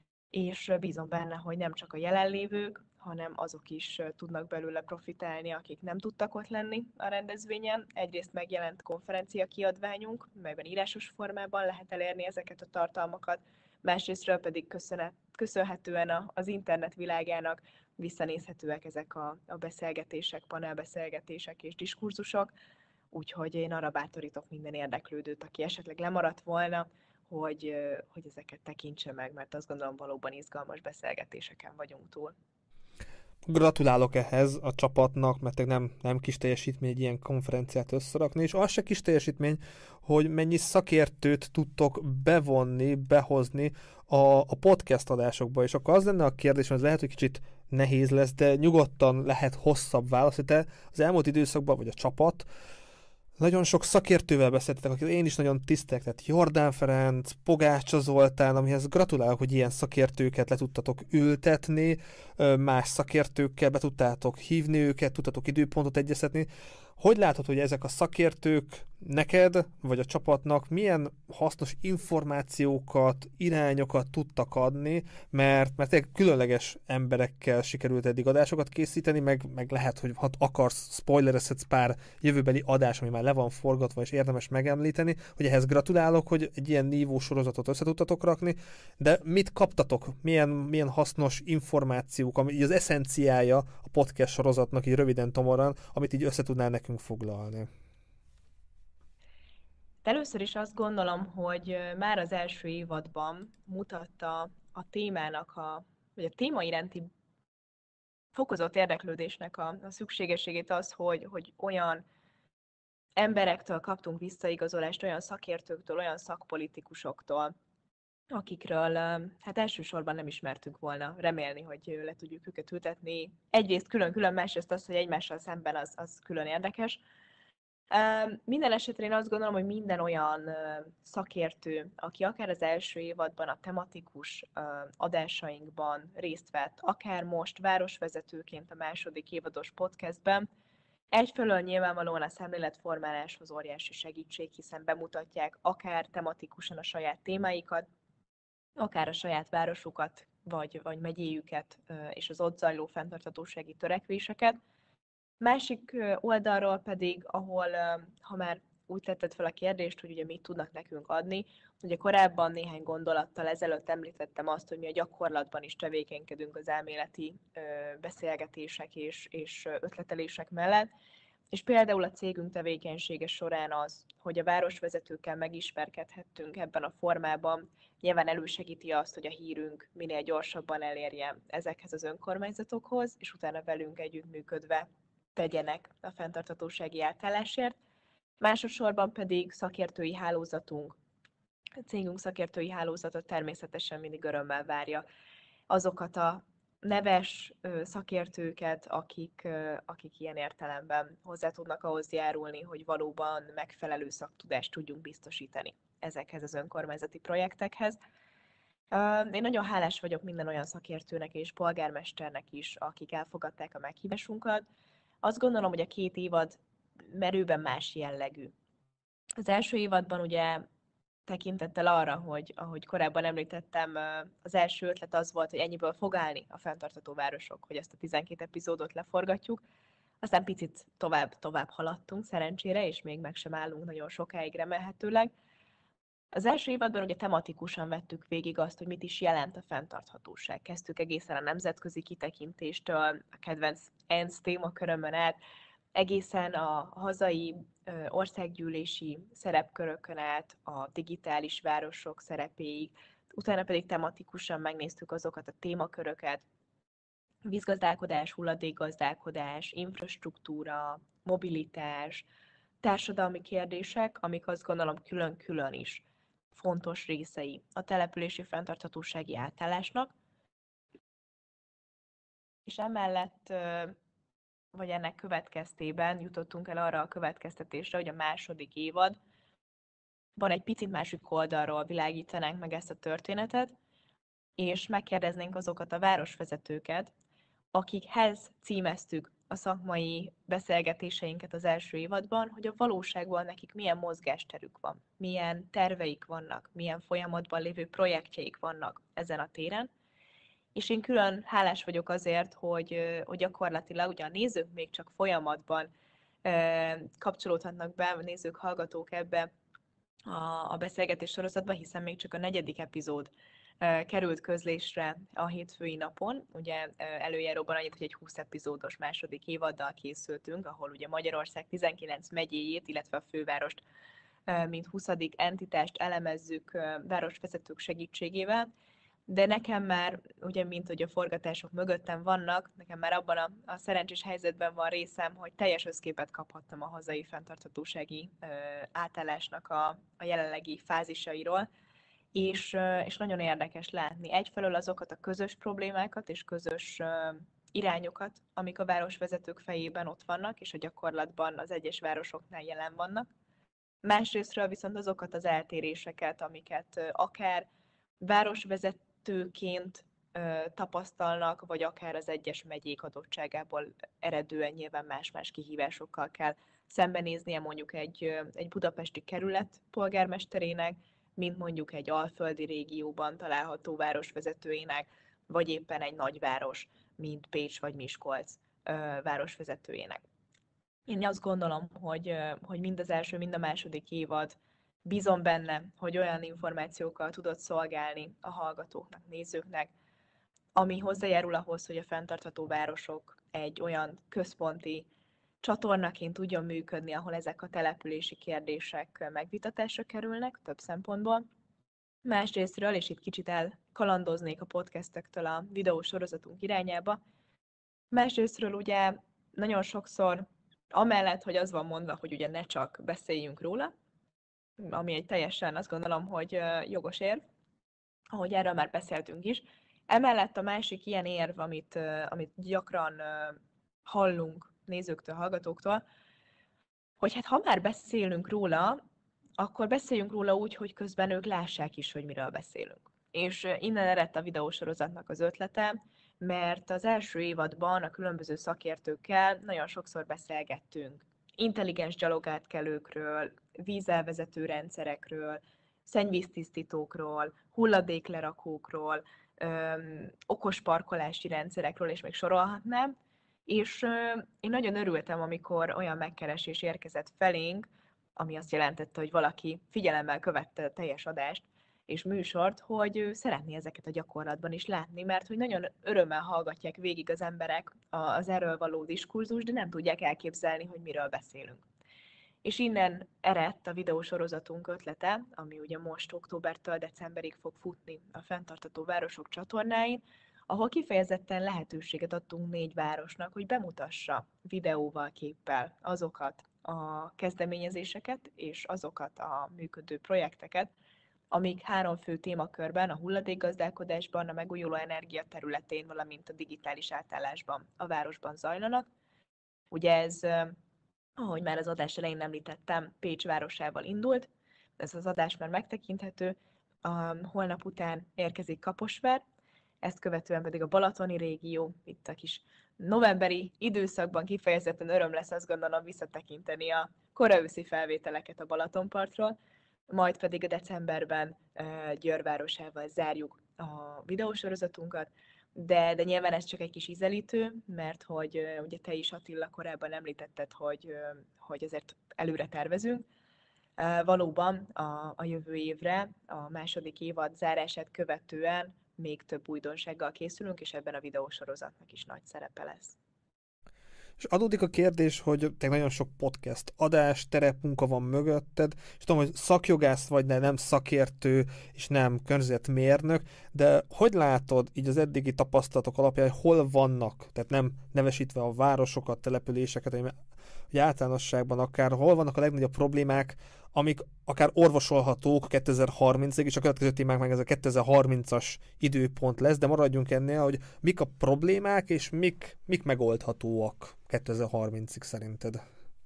és bízom benne, hogy nem csak a jelenlévők, hanem azok is tudnak belőle profitálni, akik nem tudtak ott lenni a rendezvényen. Egyrészt megjelent konferencia kiadványunk, melyben írásos formában lehet elérni ezeket a tartalmakat, másrésztről pedig köszönet, köszönhetően az internet világának visszanézhetőek ezek a, a beszélgetések, panelbeszélgetések és diskurzusok, úgyhogy én arra bátorítok minden érdeklődőt, aki esetleg lemaradt volna, hogy, hogy ezeket tekintse meg, mert azt gondolom valóban izgalmas beszélgetéseken vagyunk túl. Gratulálok ehhez a csapatnak, mert nem, nem kis teljesítmény egy ilyen konferenciát összerakni, és az se kis teljesítmény, hogy mennyi szakértőt tudtok bevonni, behozni a, a podcast adásokba, és akkor az lenne a kérdés, hogy ez lehet, hogy kicsit nehéz lesz, de nyugodtan lehet hosszabb válasz, hogy te az elmúlt időszakban, vagy a csapat, nagyon sok szakértővel beszéltetek, akit én is nagyon tisztelek, tehát Jordán Ferenc, Pogácsa Zoltán, amihez gratulálok, hogy ilyen szakértőket le tudtatok ültetni, más szakértőkkel be tudtátok hívni őket, tudtatok időpontot egyeztetni. Hogy látod, hogy ezek a szakértők neked, vagy a csapatnak milyen hasznos információkat, irányokat tudtak adni, mert, mert különleges emberekkel sikerült eddig adásokat készíteni, meg, meg lehet, hogy ha akarsz, spoilerezhetsz pár jövőbeli adás, ami már le van forgatva, és érdemes megemlíteni, hogy ehhez gratulálok, hogy egy ilyen nívó sorozatot össze tudtatok rakni, de mit kaptatok? Milyen, milyen hasznos információk, ami így az eszenciája a podcast sorozatnak, így röviden tomoran, amit így össze tudnál nekünk foglalni? Először is azt gondolom, hogy már az első évadban mutatta a témának, a, vagy a téma iránti fokozott érdeklődésnek a, a szükségességét az, hogy, hogy olyan emberektől kaptunk visszaigazolást, olyan szakértőktől, olyan szakpolitikusoktól, akikről hát elsősorban nem ismertünk volna, remélni, hogy le tudjuk őket ültetni. Egyrészt külön-külön, másrészt az, hogy egymással szemben az, az külön érdekes. Minden esetre én azt gondolom, hogy minden olyan szakértő, aki akár az első évadban a tematikus adásainkban részt vett, akár most városvezetőként a második évados podcastben, egyfelől nyilvánvalóan a szemléletformáláshoz óriási segítség, hiszen bemutatják akár tematikusan a saját témáikat, akár a saját városukat, vagy, vagy megyéjüket, és az ott zajló fenntarthatósági törekvéseket. Másik oldalról pedig, ahol, ha már úgy tetted fel a kérdést, hogy ugye mit tudnak nekünk adni, ugye korábban néhány gondolattal ezelőtt említettem azt, hogy mi a gyakorlatban is tevékenykedünk az elméleti beszélgetések és, és ötletelések mellett, és például a cégünk tevékenysége során az, hogy a városvezetőkkel megismerkedhettünk ebben a formában, nyilván elősegíti azt, hogy a hírünk minél gyorsabban elérje ezekhez az önkormányzatokhoz, és utána velünk együttműködve tegyenek a fenntarthatósági átállásért. Másodszorban pedig szakértői hálózatunk, a cégünk szakértői hálózata természetesen mindig örömmel várja azokat a neves szakértőket, akik, akik ilyen értelemben hozzá tudnak ahhoz járulni, hogy valóban megfelelő szaktudást tudjunk biztosítani ezekhez az önkormányzati projektekhez. Én nagyon hálás vagyok minden olyan szakértőnek és polgármesternek is, akik elfogadták a meghívásunkat. Azt gondolom, hogy a két évad merőben más jellegű. Az első évadban ugye tekintettel arra, hogy ahogy korábban említettem, az első ötlet az volt, hogy ennyiből fog állni a fenntartható városok, hogy ezt a tizenkét epizódot leforgatjuk. Aztán picit tovább, tovább haladtunk szerencsére, és még meg sem állunk nagyon sokáig remélhetőleg. Az első évadban ugye tematikusan vettük végig azt, hogy mit is jelent a fenntarthatóság. Kezdtük egészen a nemzetközi kitekintéstől, a kedvenc ENSZ témakörömön át, egészen a hazai országgyűlési szerepkörökön át, a digitális városok szerepéig, utána pedig tematikusan megnéztük azokat a témaköröket, vízgazdálkodás, hulladékgazdálkodás, infrastruktúra, mobilitás, társadalmi kérdések, amik azt gondolom külön-külön is fontos részei a települési fenntarthatósági átállásnak. És emellett, vagy ennek következtében jutottunk el arra a következtetésre, hogy a második évadban egy picit másik oldalról világítanánk meg ezt a történetet, és megkérdeznénk azokat a városvezetőket, akikhez címeztük a szakmai beszélgetéseinket az első évadban, hogy a valóságban nekik milyen mozgásterük van, milyen terveik vannak, milyen folyamatban lévő projektjeik vannak ezen a téren. És én külön hálás vagyok azért, hogy, hogy gyakorlatilag ugye a nézők még csak folyamatban kapcsolódhatnak be, a nézők, hallgatók ebbe a, a beszélgetés sorozatba, hiszen még csak a negyedik epizód került közlésre a hétfői napon. Ugye előjáróban annyit, hogy egy húsz epizódos második évaddal készültünk, ahol ugye Magyarország tizenkilenc megyéjét, illetve a fővárost, mint huszadik entitást elemezzük városvezetők segítségével. De nekem már, ugye, mint hogy a forgatások mögöttem vannak, nekem már abban a, a szerencsés helyzetben van részem, hogy teljes összképet kaphattam a hazai fenntarthatósági ö, átállásnak a, a jelenlegi fázisairól, és, ö, és nagyon érdekes látni egyfelől azokat a közös problémákat és közös ö, irányokat, amik a városvezetők fejében ott vannak, és a gyakorlatban az egyes városoknál jelen vannak. Másrésztről viszont azokat az eltéréseket, amiket ö, akár városvezetőként ö, tapasztalnak, vagy akár az egyes megyék adottságából eredően nyilván más-más kihívásokkal kell szembenéznie mondjuk egy, egy budapesti kerület polgármesterének, mint mondjuk egy alföldi régióban található városvezetőjének, vagy éppen egy nagyváros, mint Pécs vagy Miskolc ö, városvezetőjének. Én azt gondolom, hogy, hogy mind az első, mind a második évad bízom benne, hogy olyan információkkal tudod szolgálni a hallgatóknak, nézőknek, ami hozzájárul ahhoz, hogy a fenntartható városok egy olyan központi csatornaként tudjon működni, ahol ezek a települési kérdések megvitatásra kerülnek több szempontból. Másrésztről, és itt kicsit elkalandoznék a podcastektől a videósorozatunk irányába, másrésztről ugye nagyon sokszor amellett, hogy az van mondva, hogy ugye ne csak beszéljünk róla, ami egy teljesen azt gondolom, hogy jogos érv, ahogy erről már beszéltünk is. Emellett a másik ilyen érv, amit, amit gyakran hallunk nézőktől, hallgatóktól, hogy hát ha már beszélünk róla, akkor beszéljünk róla úgy, hogy közben ők lássák is, hogy miről beszélünk. És innen eredt a videósorozatnak az ötlete, mert az első évadban a különböző szakértőkkel nagyon sokszor beszélgettünk intelligens gyalogátkelőkről, vízelvezető rendszerekről, szennyvíztisztítókról, hulladéklerakókról, öm, okos parkolási rendszerekről, és még sorolhatnám. És öm, én nagyon örültem, amikor olyan megkeresés érkezett felénk, ami azt jelentette, hogy valaki figyelemmel követte a teljes adást és műsort, hogy ő szeretné ezeket a gyakorlatban is látni, mert hogy nagyon örömmel hallgatják végig az emberek az erről való diskurzus, de nem tudják elképzelni, hogy miről beszélünk. És innen eredt a videósorozatunk ötlete, ami ugye most októbertől decemberig fog futni a Fenntartható Városok csatornáin, ahol kifejezetten lehetőséget adtunk négy városnak, hogy bemutassa videóval, képpel azokat a kezdeményezéseket és azokat a működő projekteket, amik három fő témakörben, a hulladékgazdálkodásban, a megújuló energia területén, valamint a digitális átállásban a városban zajlanak. Ugye ez, ahogy már az adás elején említettem, Pécs városával indult, ez az adás már megtekinthető, a holnap után érkezik Kaposvár, ezt követően pedig a balatoni régió, itt a kis novemberi időszakban kifejezetten öröm lesz, azt gondolom, visszatekinteni a koraőszi felvételeket a Balatonpartról, majd pedig a decemberben Győr városával zárjuk a videósorozatunkat, de, de nyilván ez csak egy kis ízelítő, mert hogy ugye te is, Attila, korábban említetted, hogy, hogy ezért előre tervezünk. Valóban a, a jövő évre, a második évad zárását követően még több újdonsággal készülünk, és ebben a videósorozatnak is nagy szerepe lesz. És adódik a kérdés, hogy te nagyon sok podcast adás, terepmunka van mögötted, és tudom, hogy szakjogász vagy, de nem szakértő, és nem környezetmérnök, de hogy látod így az eddigi tapasztalatok alapján, hogy hol vannak, tehát nem nevesítve a városokat, településeket, hanem hogy általánosságban akár hol vannak a legnagyobb problémák, amik akár orvosolhatók kétezer-harmincig, és a következő témánk meg ez a kétezer-harmincas időpont lesz, de maradjunk ennél, hogy mik a problémák, és mik, mik megoldhatóak kétezer-harmincig szerinted?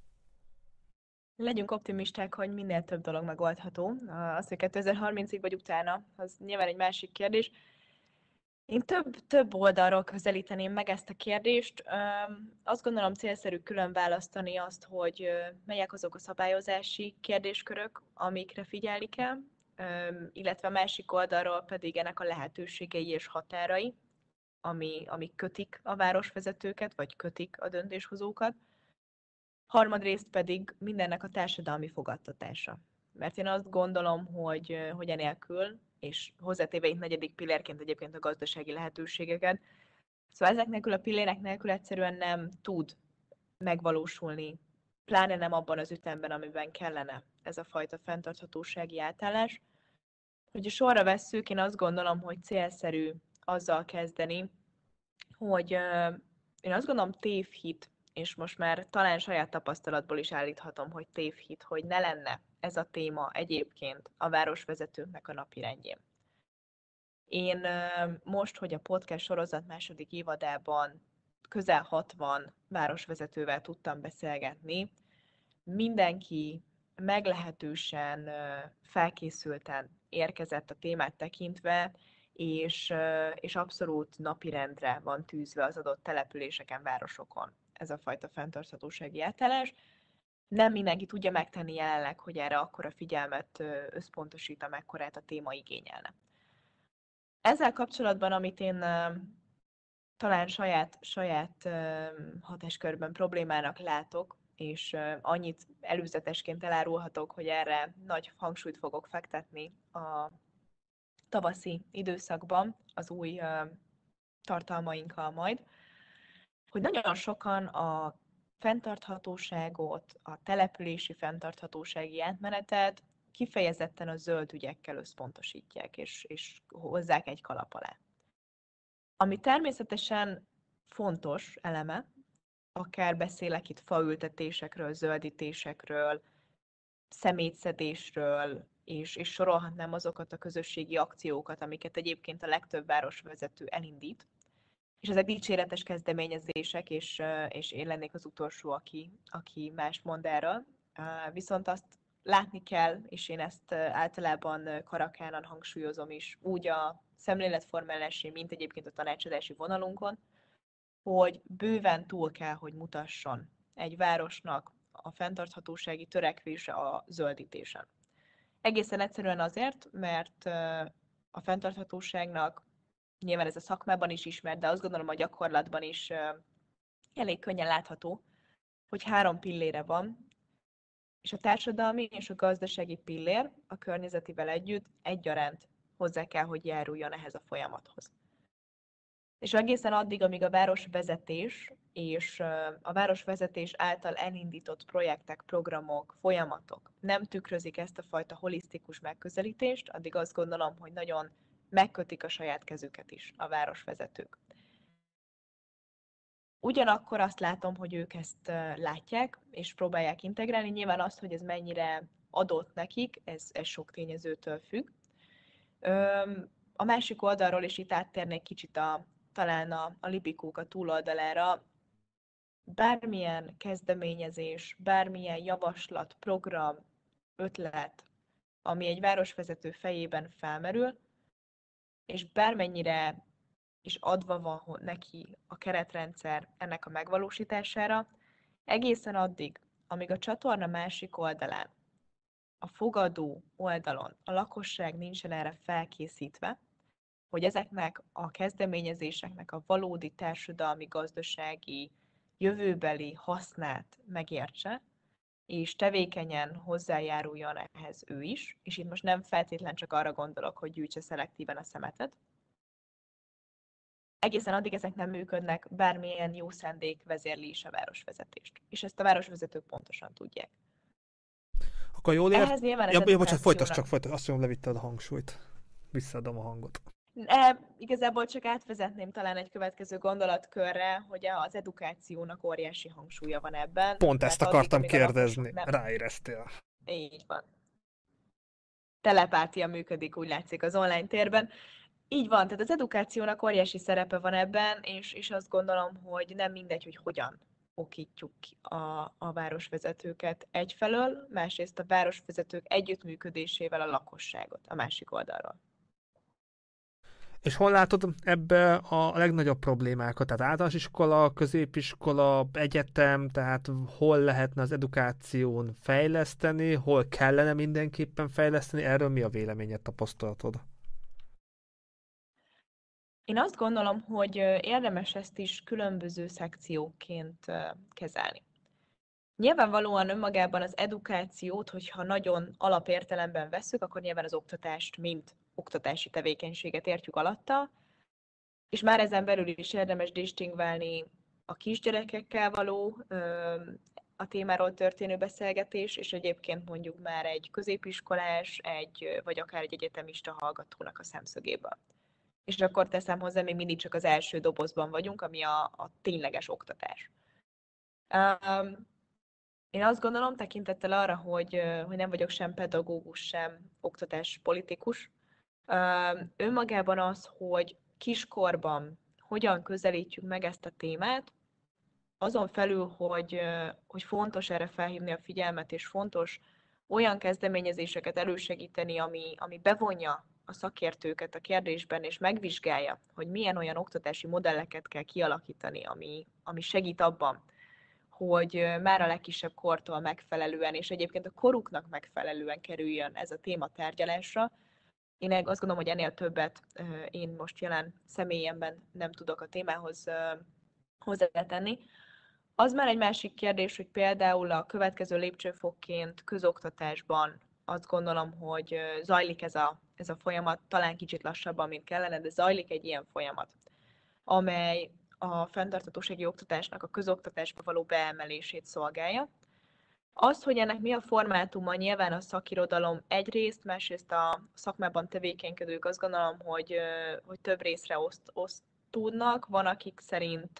Legyünk optimisták, hogy minél több dolog megoldható. Az, hogy kétezer-harmincig vagy utána, az nyilván egy másik kérdés. Én több, több oldalról közelíteném meg ezt a kérdést. Azt gondolom célszerű külön választani azt, hogy melyek azok a szabályozási kérdéskörök, amikre figyelni kell, illetve a másik oldalról pedig ennek a lehetőségei és határai, ami, amik kötik a városvezetőket, vagy kötik a döntéshozókat. Harmadrészt pedig mindennek a társadalmi fogadtatása. Mert én azt gondolom, hogy, hogy enélkül, és hozzátéve itt negyedik pillérként egyébként a gazdasági lehetőségeket, szóval ezek nélkül a pillérek nélkül egyszerűen nem tud megvalósulni, pláne nem abban az ütemben, amiben kellene ez a fajta fenntarthatósági átállás. Hogyha sorra vesszük, én azt gondolom, hogy célszerű azzal kezdeni, hogy én azt gondolom tévhit, és most már talán saját tapasztalatból is állíthatom, hogy tévhit, hogy ne lenne ez a téma egyébként a városvezetőknek a napirendjén. Én most, hogy a podcast sorozat második évadában közel hatvan városvezetővel tudtam beszélgetni, mindenki meglehetősen felkészülten érkezett a témát tekintve, és, és abszolút napirendre van tűzve az adott településeken, városokon ez a fajta fenntarthatósági átállás. Nem mindenki tudja megtenni jelenleg, hogy erre akkora figyelmet összpontosít, amekkorát a téma igényelne. Ezzel kapcsolatban, amit én talán saját, saját hatáskörben problémának látok, és annyit előzetesként elárulhatok, hogy erre nagy hangsúlyt fogok fektetni a tavaszi időszakban, az új tartalmainkkal majd, hogy nagyon sokan a fenntarthatóságot, a települési fenntarthatósági átmenetet kifejezetten a zöld ügyekkel összpontosítják, és, és hozzák egy kalap alá. Ami természetesen fontos eleme, akár beszélek itt faültetésekről, zöldítésekről, szemétszedésről, és, és sorolhatnám azokat a közösségi akciókat, amiket egyébként a legtöbb városvezető elindít. És ezek dicséretes kezdeményezések, és, és én lennék az utolsó, aki, aki más mond erről. Viszont azt látni kell, és én ezt általában karakánan hangsúlyozom is, úgy a szemléletformálási, mint egyébként a tanácsadási vonalunkon, hogy bőven túl kell, hogy mutasson egy városnak a fenntarthatósági törekvése a zöldítésen. Egészen egyszerűen azért, mert a fenntarthatóságnak nyilván ez a szakmában is ismert, de azt gondolom a gyakorlatban is elég könnyen látható, hogy három pillére van, és a társadalmi és a gazdasági pillér a környezetivel együtt egyaránt hozzá kell, hogy járuljon ehhez a folyamathoz. És egészen addig, amíg a városvezetés és a városvezetés által elindított projektek, programok, folyamatok nem tükrözik ezt a fajta holisztikus megközelítést, addig azt gondolom, hogy nagyon megkötik a saját kezüket is a városvezetők. Ugyanakkor azt látom, hogy ők ezt látják, és próbálják integrálni. Nyilván azt, hogy ez mennyire adott nekik, ez, ez sok tényezőtől függ. A másik oldalról, és itt áttérnék kicsit a, talán a, a Libikók a túloldalára, bármilyen kezdeményezés, bármilyen javaslat, program, ötlet, ami egy városvezető fejében felmerül, és bármennyire is adva van neki a keretrendszer ennek a megvalósítására, egészen addig, amíg a csatorna másik oldalán, a fogadó oldalon a lakosság nincsen erre felkészítve, hogy ezeknek a kezdeményezéseknek a valódi társadalmi, gazdasági, jövőbeli hasznát megértse, és tevékenyen hozzájáruljon ehhez ő is, és itt most nem feltétlen csak arra gondolok, hogy gyűjtse szelektíven a szemetet. Egészen addig ezek nem működnek, bármilyen jó szándék vezérli is a városvezetést. És ezt a városvezetők pontosan tudják. Akkor jól ért? Ehhez nyilván Ja, az ja, bocsánat, folytasd edukációnak- csak, folytasd. Azt mondom, levitted a hangsúlyt. Visszaadom a hangot. E, igazából csak átvezetném talán egy következő gondolatkörre, hogy az edukációnak óriási hangsúlya van ebben. Pont ezt mert akartam addig, amíg a kérdezni. lakosok nem- Ráéreztél. Így van. Telepátia működik, úgy látszik az online térben. Így van, tehát az edukációnak óriási szerepe van ebben, és, és azt gondolom, hogy nem mindegy, hogy hogyan okítjuk ki a, a városvezetőket egyfelől, másrészt a városvezetők együttműködésével a lakosságot a másik oldalról. És hol látod ebbe a legnagyobb problémákat? Tehát általános iskola, középiskola, egyetem, tehát hol lehetne az edukáción fejleszteni, hol kellene mindenképpen fejleszteni? Erről mi a véleményed, tapasztalatod? Én azt gondolom, hogy ö, érdemes ezt is különböző szekcióként ö, kezelni. Nyilvánvalóan önmagában az edukációt, hogyha nagyon alapértelemben vesszük, akkor nyilván az oktatást, mint oktatási tevékenységet értjük alatta, és már ezen belül is érdemes distingválni a kisgyerekekkel való ö, a témáról történő beszélgetés, és egyébként mondjuk már egy középiskolás, egy, vagy akár egy egyetemista hallgatónak a szemszögéből. És akkor teszem hozzá, még mindig csak az első dobozban vagyunk, ami a, a tényleges oktatás. Um, én azt gondolom, tekintettel arra, hogy, hogy nem vagyok sem pedagógus, sem oktatáspolitikus, um, önmagában az, hogy kiskorban hogyan közelítjük meg ezt a témát, azon felül, hogy, hogy fontos erre felhívni a figyelmet, és fontos olyan kezdeményezéseket elősegíteni, ami, ami bevonja a szakértőket a kérdésben, és megvizsgálja, hogy milyen olyan oktatási modelleket kell kialakítani, ami, ami segít abban, hogy már a legkisebb kortól megfelelően, és egyébként a koruknak megfelelően kerüljön ez a téma tárgyalásra. Én azt gondolom, hogy ennél többet én most jelen személyemben nem tudok a témához hozzátenni. Az már egy másik kérdés, hogy például a következő lépcsőfokként közoktatásban azt gondolom, hogy zajlik ez a, ez a folyamat, talán kicsit lassabban, mint kellene, de zajlik egy ilyen folyamat, amely a fenntarthatósági oktatásnak a közoktatásba való beemelését szolgálja. Az, hogy ennek mi a formátuma, nyilván a szakirodalom egyrészt, másrészt a szakmában tevékenykedők azt gondolom, hogy, hogy több részre oszt, osztódnak. Van, akik szerint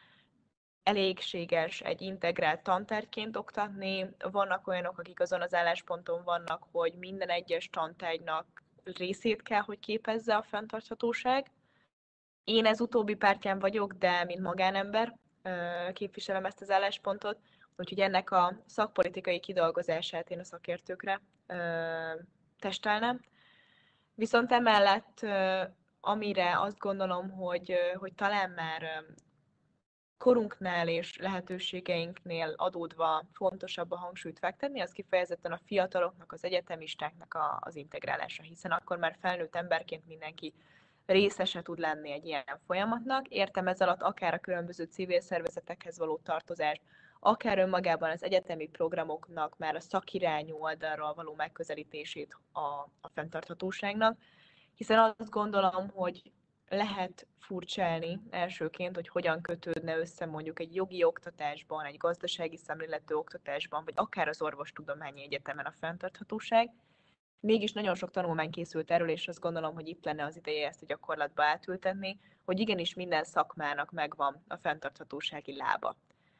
elégséges egy integrált tantárgyként oktatni, vannak olyanok, akik azon az állásponton vannak, hogy minden egyes tantárgynak részét kell, hogy képezze a fenntarthatóság. Én ez utóbbi pártján vagyok, de mint magánember képviselem ezt az álláspontot, úgyhogy ennek a szakpolitikai kidolgozását én a szakértőkre testelnem. Viszont emellett, amire azt gondolom, hogy, hogy talán már korunknál és lehetőségeinknél adódva fontosabb a hangsúlyt fektetni, az kifejezetten a fiataloknak, az egyetemistáknak a, az integrálása, hiszen akkor már felnőtt emberként mindenki részese tud lenni egy ilyen folyamatnak. Értem ez alatt akár a különböző civil szervezetekhez való tartozást, akár önmagában az egyetemi programoknak már a szakirányú oldalról való megközelítését a, a fenntarthatóságnak, hiszen azt gondolom, hogy lehet furcsálni elsőként, hogy hogyan kötődne össze mondjuk egy jogi oktatásban, egy gazdasági szemléletű oktatásban, vagy akár az orvostudományi egyetemen a fenntarthatóság. Mégis nagyon sok tanulmány készült erről, és azt gondolom, hogy itt lenne az ideje ezt a gyakorlatba átültetni, hogy igenis minden szakmának megvan a fenntarthatósági lába.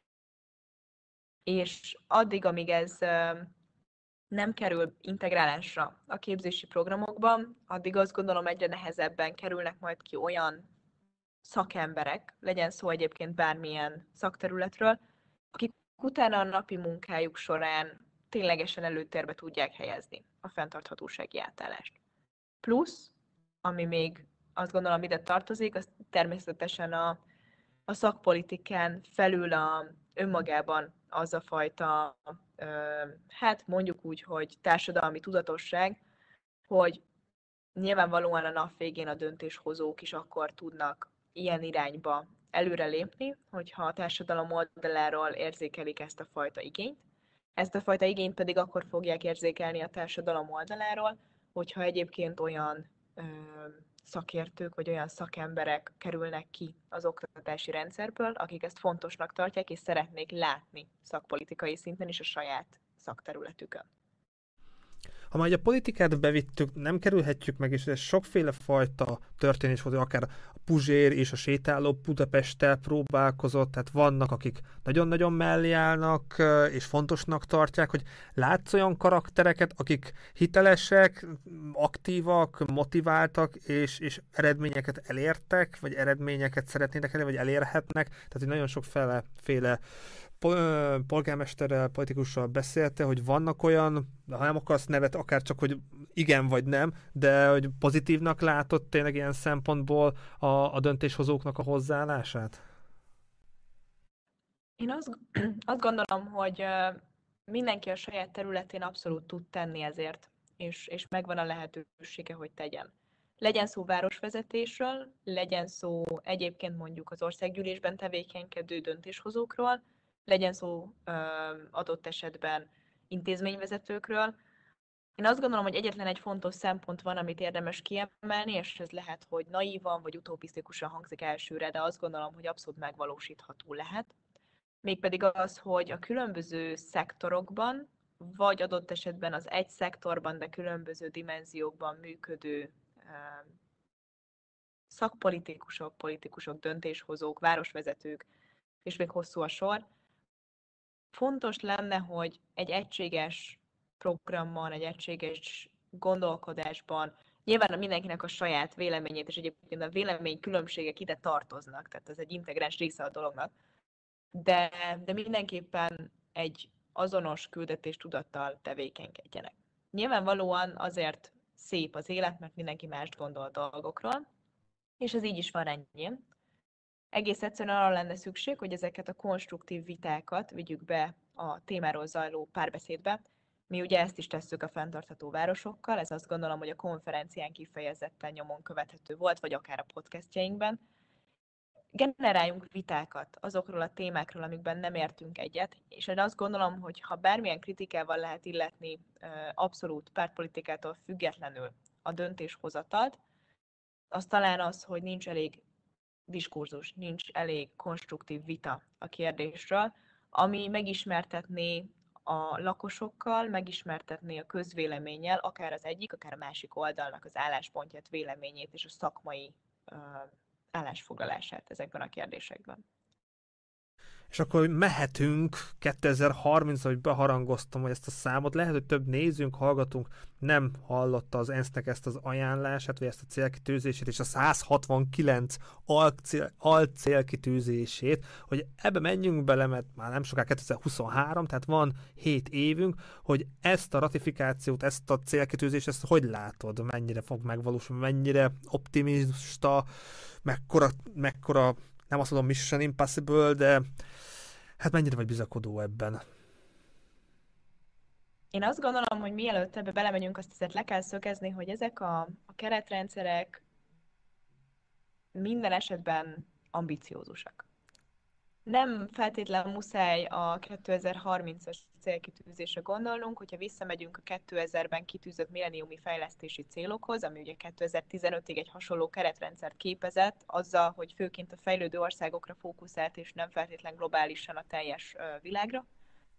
És addig, amíg ez nem kerül integrálásra a képzési programokban, addig azt gondolom egyre nehezebben kerülnek majd ki olyan szakemberek, legyen szó egyébként bármilyen szakterületről, akik utána a napi munkájuk során ténylegesen előtérbe tudják helyezni a fenntarthatósági átállást. Plusz, ami még azt gondolom ide tartozik, az természetesen a, a szakpolitikán felül a, önmagában az a fajta, ö, hát mondjuk úgy, hogy társadalmi tudatosság, hogy nyilvánvalóan a nap végén a döntéshozók is akkor tudnak ilyen irányba előrelépni, hogyha a társadalom oldaláról érzékelik ezt a fajta igényt. Ezt a fajta igényt pedig akkor fogják érzékelni a társadalom oldaláról, hogyha egyébként olyan ö, szakértők vagy olyan szakemberek kerülnek ki az oktatási rendszerből, akik ezt fontosnak tartják és szeretnék látni szakpolitikai szinten is a saját szakterületükön. Ha már a politikát bevittük, nem kerülhetjük meg, és ez sokféle fajta történés volt, akár a Puzsér és a sétáló Budapesttel próbálkozott, tehát vannak, akik nagyon-nagyon mellé állnak, és fontosnak tartják, hogy látsz olyan karaktereket, akik hitelesek, aktívak, motiváltak, és, és eredményeket elértek, vagy eredményeket szeretnének elérni, vagy elérhetnek, tehát hogy nagyon sokféle féle polgármesterrel, politikussal beszélte, hogy vannak olyan, ha nem akarsz nevet, akár csak, hogy igen vagy nem, de hogy pozitívnak látott tényleg ilyen szempontból a, a döntéshozóknak a hozzáállását? Én azt, azt gondolom, hogy mindenki a saját területén abszolút tud tenni ezért, és, és megvan a lehetősége, hogy tegyen. Legyen szó városvezetésről, legyen szó egyébként mondjuk az országgyűlésben tevékenykedő döntéshozókról, legyen szó ö, adott esetben intézményvezetőkről. Én azt gondolom, hogy egyetlen egy fontos szempont van, amit érdemes kiemelni, és ez lehet, hogy naívan vagy utopisztikusan hangzik elsőre, de azt gondolom, hogy abszolút megvalósítható lehet. Mégpedig az, hogy a különböző szektorokban, vagy adott esetben az egy szektorban, de különböző dimenziókban működő szakpolitikusok, politikusok, döntéshozók, városvezetők, és még hosszú a sor. Fontos lenne, hogy egy egységes programban, egy egységes gondolkodásban, nyilván mindenkinek a saját véleményét, és egyébként a vélemény különbségek ide tartoznak, tehát ez egy integráns része a dolognak, de, de mindenképpen egy azonos küldetéstudattal tevékenykedjenek. Nyilvánvalóan azért szép az élet, mert mindenki mást gondol dolgokról, és ez így is van rendjén. Egész egyszerűen arra lenne szükség, hogy ezeket a konstruktív vitákat vigyük be a témáról zajló párbeszédbe. Mi ugye ezt is tesszük a fenntartható városokkal, ez azt gondolom, hogy a konferencián kifejezetten nyomon követhető volt, vagy akár a podcastjainkben. Generáljunk vitákat azokról a témákról, amikben nem értünk egyet, és én azt gondolom, hogy ha bármilyen kritikával lehet illetni abszolút pártpolitikától függetlenül a döntéshozatalt, az talán az, hogy nincs elég diskurzus, nincs elég konstruktív vita a kérdésről, ami megismertetné a lakosokkal, megismertetné a közvéleménnyel, akár az egyik, akár a másik oldalnak az álláspontját, véleményét és a szakmai uh, állásfoglalását ezekben a kérdésekben. És akkor mehetünk kétezer-harmincra, hogy beharangoztam, hogy ezt a számot, lehet, hogy több nézőnk, hallgatunk nem hallotta az ENSZ-nek ezt az ajánlását, vagy ezt a célkitűzését, és a száz hatvankilenc alcél, alcélkitűzését, hogy ebbe menjünk bele, mert már nem soká kétezer-huszonhárom, tehát van hét évünk, hogy ezt a ratifikációt, ezt a célkitűzést, ezt hogy látod, mennyire fog megvalósulni, mennyire optimista, mekkora, mekkora nem azt mondom Mission Impossible, de hát mennyire vagy bizakodó ebben? Én azt gondolom, hogy mielőtt ebbe belemegyünk, azt azért le kell szögezni, hogy ezek a, a keretrendszerek minden esetben ambiciózusak. Nem feltétlenül muszáj a kétezer-harmincas célkitűzésre gondolnunk, hogyha visszamegyünk a kétezerben kitűzött milleniumi fejlesztési célokhoz, ami ugye kétezer-tizenötig egy hasonló keretrendszert képezett, azzal, hogy főként a fejlődő országokra fókuszált, és nem feltétlenül globálisan a teljes világra.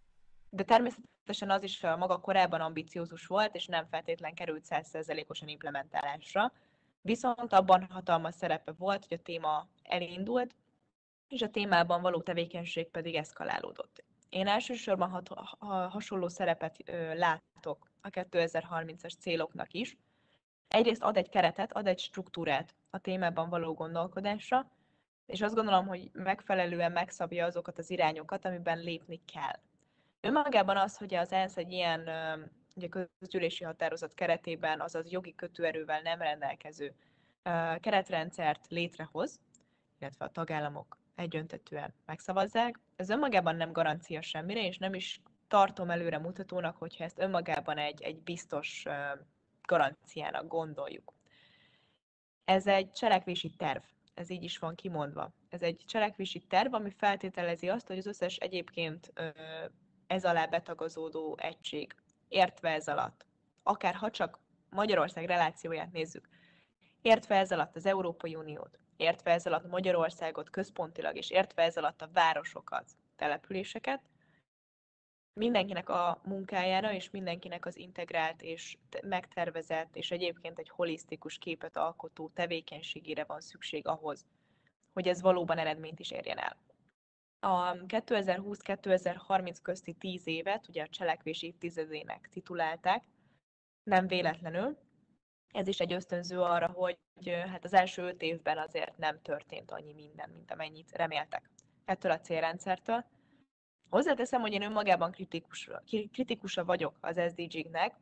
de természetesen az is maga korábban ambiciózus volt, és nem feltétlen került száz százalékosan implementálásra. Viszont abban hatalmas szerepe volt, hogy a téma elindult, és a témában való tevékenység pedig eszkalálódott. Én elsősorban hat, ha, hasonló szerepet ö, látok a kétezer-harmincas céloknak is. Egyrészt ad egy keretet, ad egy struktúrát a témában való gondolkodásra, és azt gondolom, hogy megfelelően megszabja azokat az irányokat, amiben lépni kell. Önmagában az, hogy az ENSZ egy ilyen ugye, közgyűlési határozat keretében, azaz jogi kötőerővel nem rendelkező keretrendszert létrehoz, illetve a tagállamok egyöntetűen megszavazzák, ez önmagában nem garancia semmire, és nem is tartom előre mutatónak, hogyha ezt önmagában egy, egy biztos garanciának gondoljuk. Ez egy cselekvési terv, ez így is van kimondva. Ez egy cselekvési terv, ami feltételezi azt, hogy az összes egyébként ez alá betagozódó egység, értve ez alatt, akár ha csak Magyarország relációját nézzük, értve ez alatt az Európai Uniót, értve ez alatt Magyarországot központilag, és értve ez alatt a városokat, településeket, mindenkinek a munkájára, és mindenkinek az integrált és megtervezett, és egyébként egy holisztikus képet alkotó tevékenységére van szükség ahhoz, hogy ez valóban eredményt is érjen el. A kétezer-húsz-kétezer-harminc közti tíz évet ugye a cselekvés évtizedének titulálták, nem véletlenül. Ez is egy ösztönző arra, hogy hát az első öt évben azért nem történt annyi minden, mint amennyit reméltek ettől a célrendszertől. Hozzáteszem, hogy én önmagában kritikus, kritikusa vagyok az es dé gé-nek,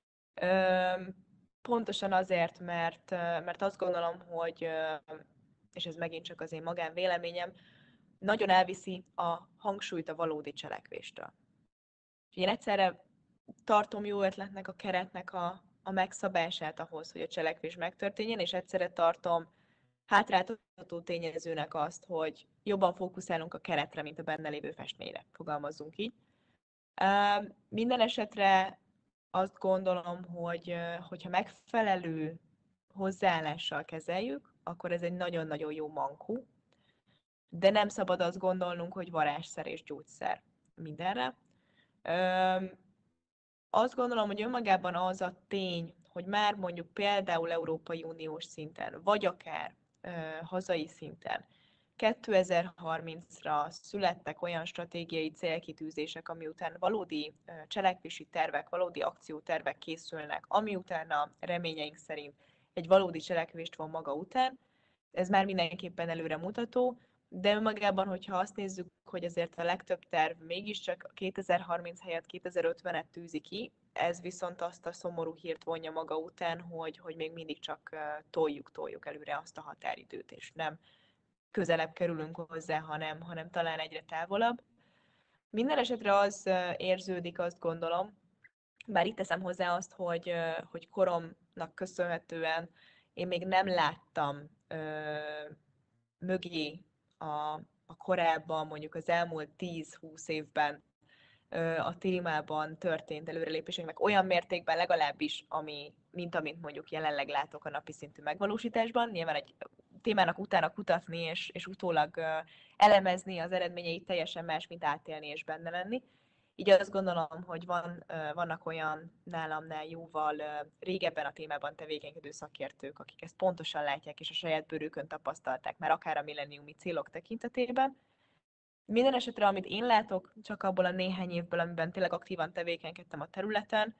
pontosan azért, mert, mert azt gondolom, hogy, és ez megint csak az én magánvéleményem, nagyon elviszi a hangsúlyt a valódi cselekvéstől. Én egyszerre tartom jó ötletnek a keretnek a, a megszabását ahhoz, hogy a cselekvés megtörténjen, és egyszerre tartom hátráltató tényezőnek azt, hogy jobban fókuszálunk a keretre, mint a benne lévő festményre, fogalmazzunk így. Minden esetre azt gondolom, hogy hogyha megfelelő hozzáállással kezeljük, akkor ez egy nagyon-nagyon jó mankú, de nem szabad azt gondolnunk, hogy varázsszer és gyógyszer mindenre. Azt gondolom, hogy önmagában az a tény, hogy már mondjuk például Európai Uniós szinten, vagy akár ö, hazai szinten kétezer-harmincra születtek olyan stratégiai célkitűzések, ami után valódi ö, cselekvési tervek, valódi akciótervek készülnek, ami utána reményeink szerint egy valódi cselekvést von maga után, ez már mindenképpen előremutató, de önmagában, hogyha azt nézzük, hogy azért a legtöbb terv mégiscsak kétezer-harminc helyett kétezer-ötvenet tűzi ki, ez viszont azt a szomorú hírt vonja maga után, hogy, hogy még mindig csak toljuk, toljuk előre azt a határidőt, és nem közelebb kerülünk hozzá, hanem, hanem talán egyre távolabb. Minden esetre az érződik, azt gondolom, bár itt teszem hozzá azt, hogy, hogy koromnak köszönhetően én még nem láttam ö, mögé a, a korábban, mondjuk az elmúlt tíz-húsz évben ö, a témában történt előrelépéseknek olyan mértékben legalábbis, ami, mint amit mondjuk jelenleg látok a napi szintű megvalósításban. Nyilván egy témának utána kutatni és, és utólag ö, elemezni az eredményeit teljesen más, mint átélni és benne lenni. Így azt gondolom, hogy van, vannak olyan nálamnál jóval régebben a témában tevékenykedő szakértők, akik ezt pontosan látják és a saját bőrükön tapasztalták, már akár a milleniumi célok tekintetében. Minden esetre, amit én látok, csak abból a néhány évből, amiben tényleg aktívan tevékenykedtem a területen,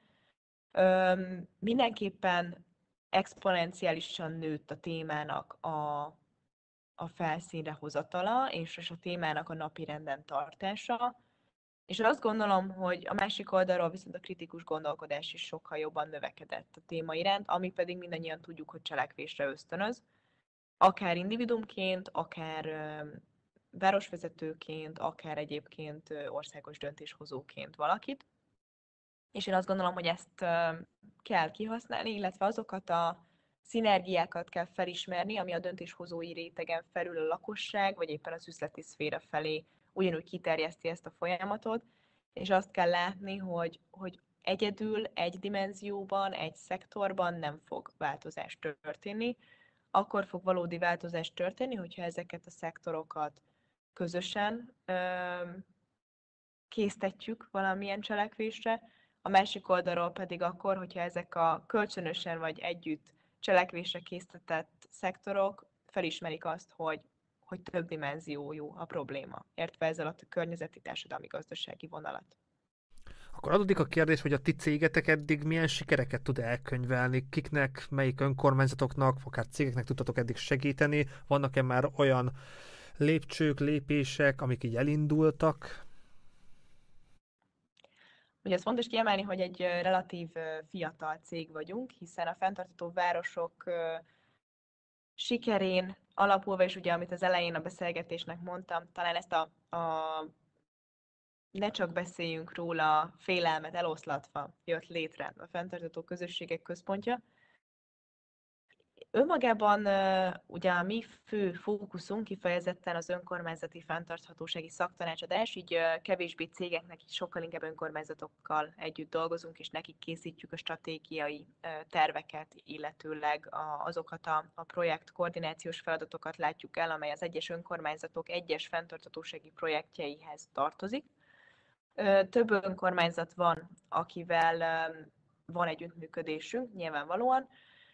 mindenképpen exponenciálisan nőtt a témának a, a felszínre hozatala, és, és a témának a napirenden tartása. És azt gondolom, hogy a másik oldalról viszont a kritikus gondolkodás is sokkal jobban növekedett a téma iránt, ami pedig mindannyian tudjuk, hogy cselekvésre ösztönöz. Akár individumként, akár városvezetőként, akár egyébként országos döntéshozóként valakit. És én azt gondolom, hogy ezt kell kihasználni, illetve azokat a szinergiákat kell felismerni, ami a döntéshozói rétegen felül a lakosság, vagy éppen az üzleti szféra felé ugyanúgy kiterjeszti ezt a folyamatot, és azt kell látni, hogy, hogy egyedül, egy dimenzióban, egy szektorban nem fog változás történni. Akkor fog valódi változás történni, hogyha ezeket a szektorokat közösen ö, késztetjük valamilyen cselekvésre, a másik oldalról pedig akkor, hogyha ezek a kölcsönösen vagy együtt cselekvésre késztetett szektorok felismerik azt, hogy, hogy több dimenziójú a probléma, értve ezzel a környezeti, társadalmi, gazdasági vonalat. Akkor adódik a kérdés, hogy a ti cégetek eddig milyen sikereket tud elkönyvelni, kiknek, melyik önkormányzatoknak, akár cégeknek tudtatok eddig segíteni, vannak-e már olyan lépcsők, lépések, amik így elindultak? Ugye ez fontos kiemelni, hogy egy relatív fiatal cég vagyunk, hiszen a fenntartható városok sikerén alapulva, és ugye amit az elején a beszélgetésnek mondtam, talán ezt a, a ne csak beszéljünk róla félelmet eloszlatva jött létre a fenntartható közösségek központja. Önmagában ugye a mi fő fókuszunk kifejezetten az önkormányzati fenntarthatósági szaktanácsadás, így kevésbé cégeknek, így sokkal inkább önkormányzatokkal együtt dolgozunk, és nekik készítjük a stratégiai terveket, illetőleg azokat a, a projekt koordinációs feladatokat látjuk el, amely az egyes önkormányzatok egyes fenntarthatósági projektjeihez tartozik. Több önkormányzat van, akivel van együttműködésünk, nyilvánvalóan.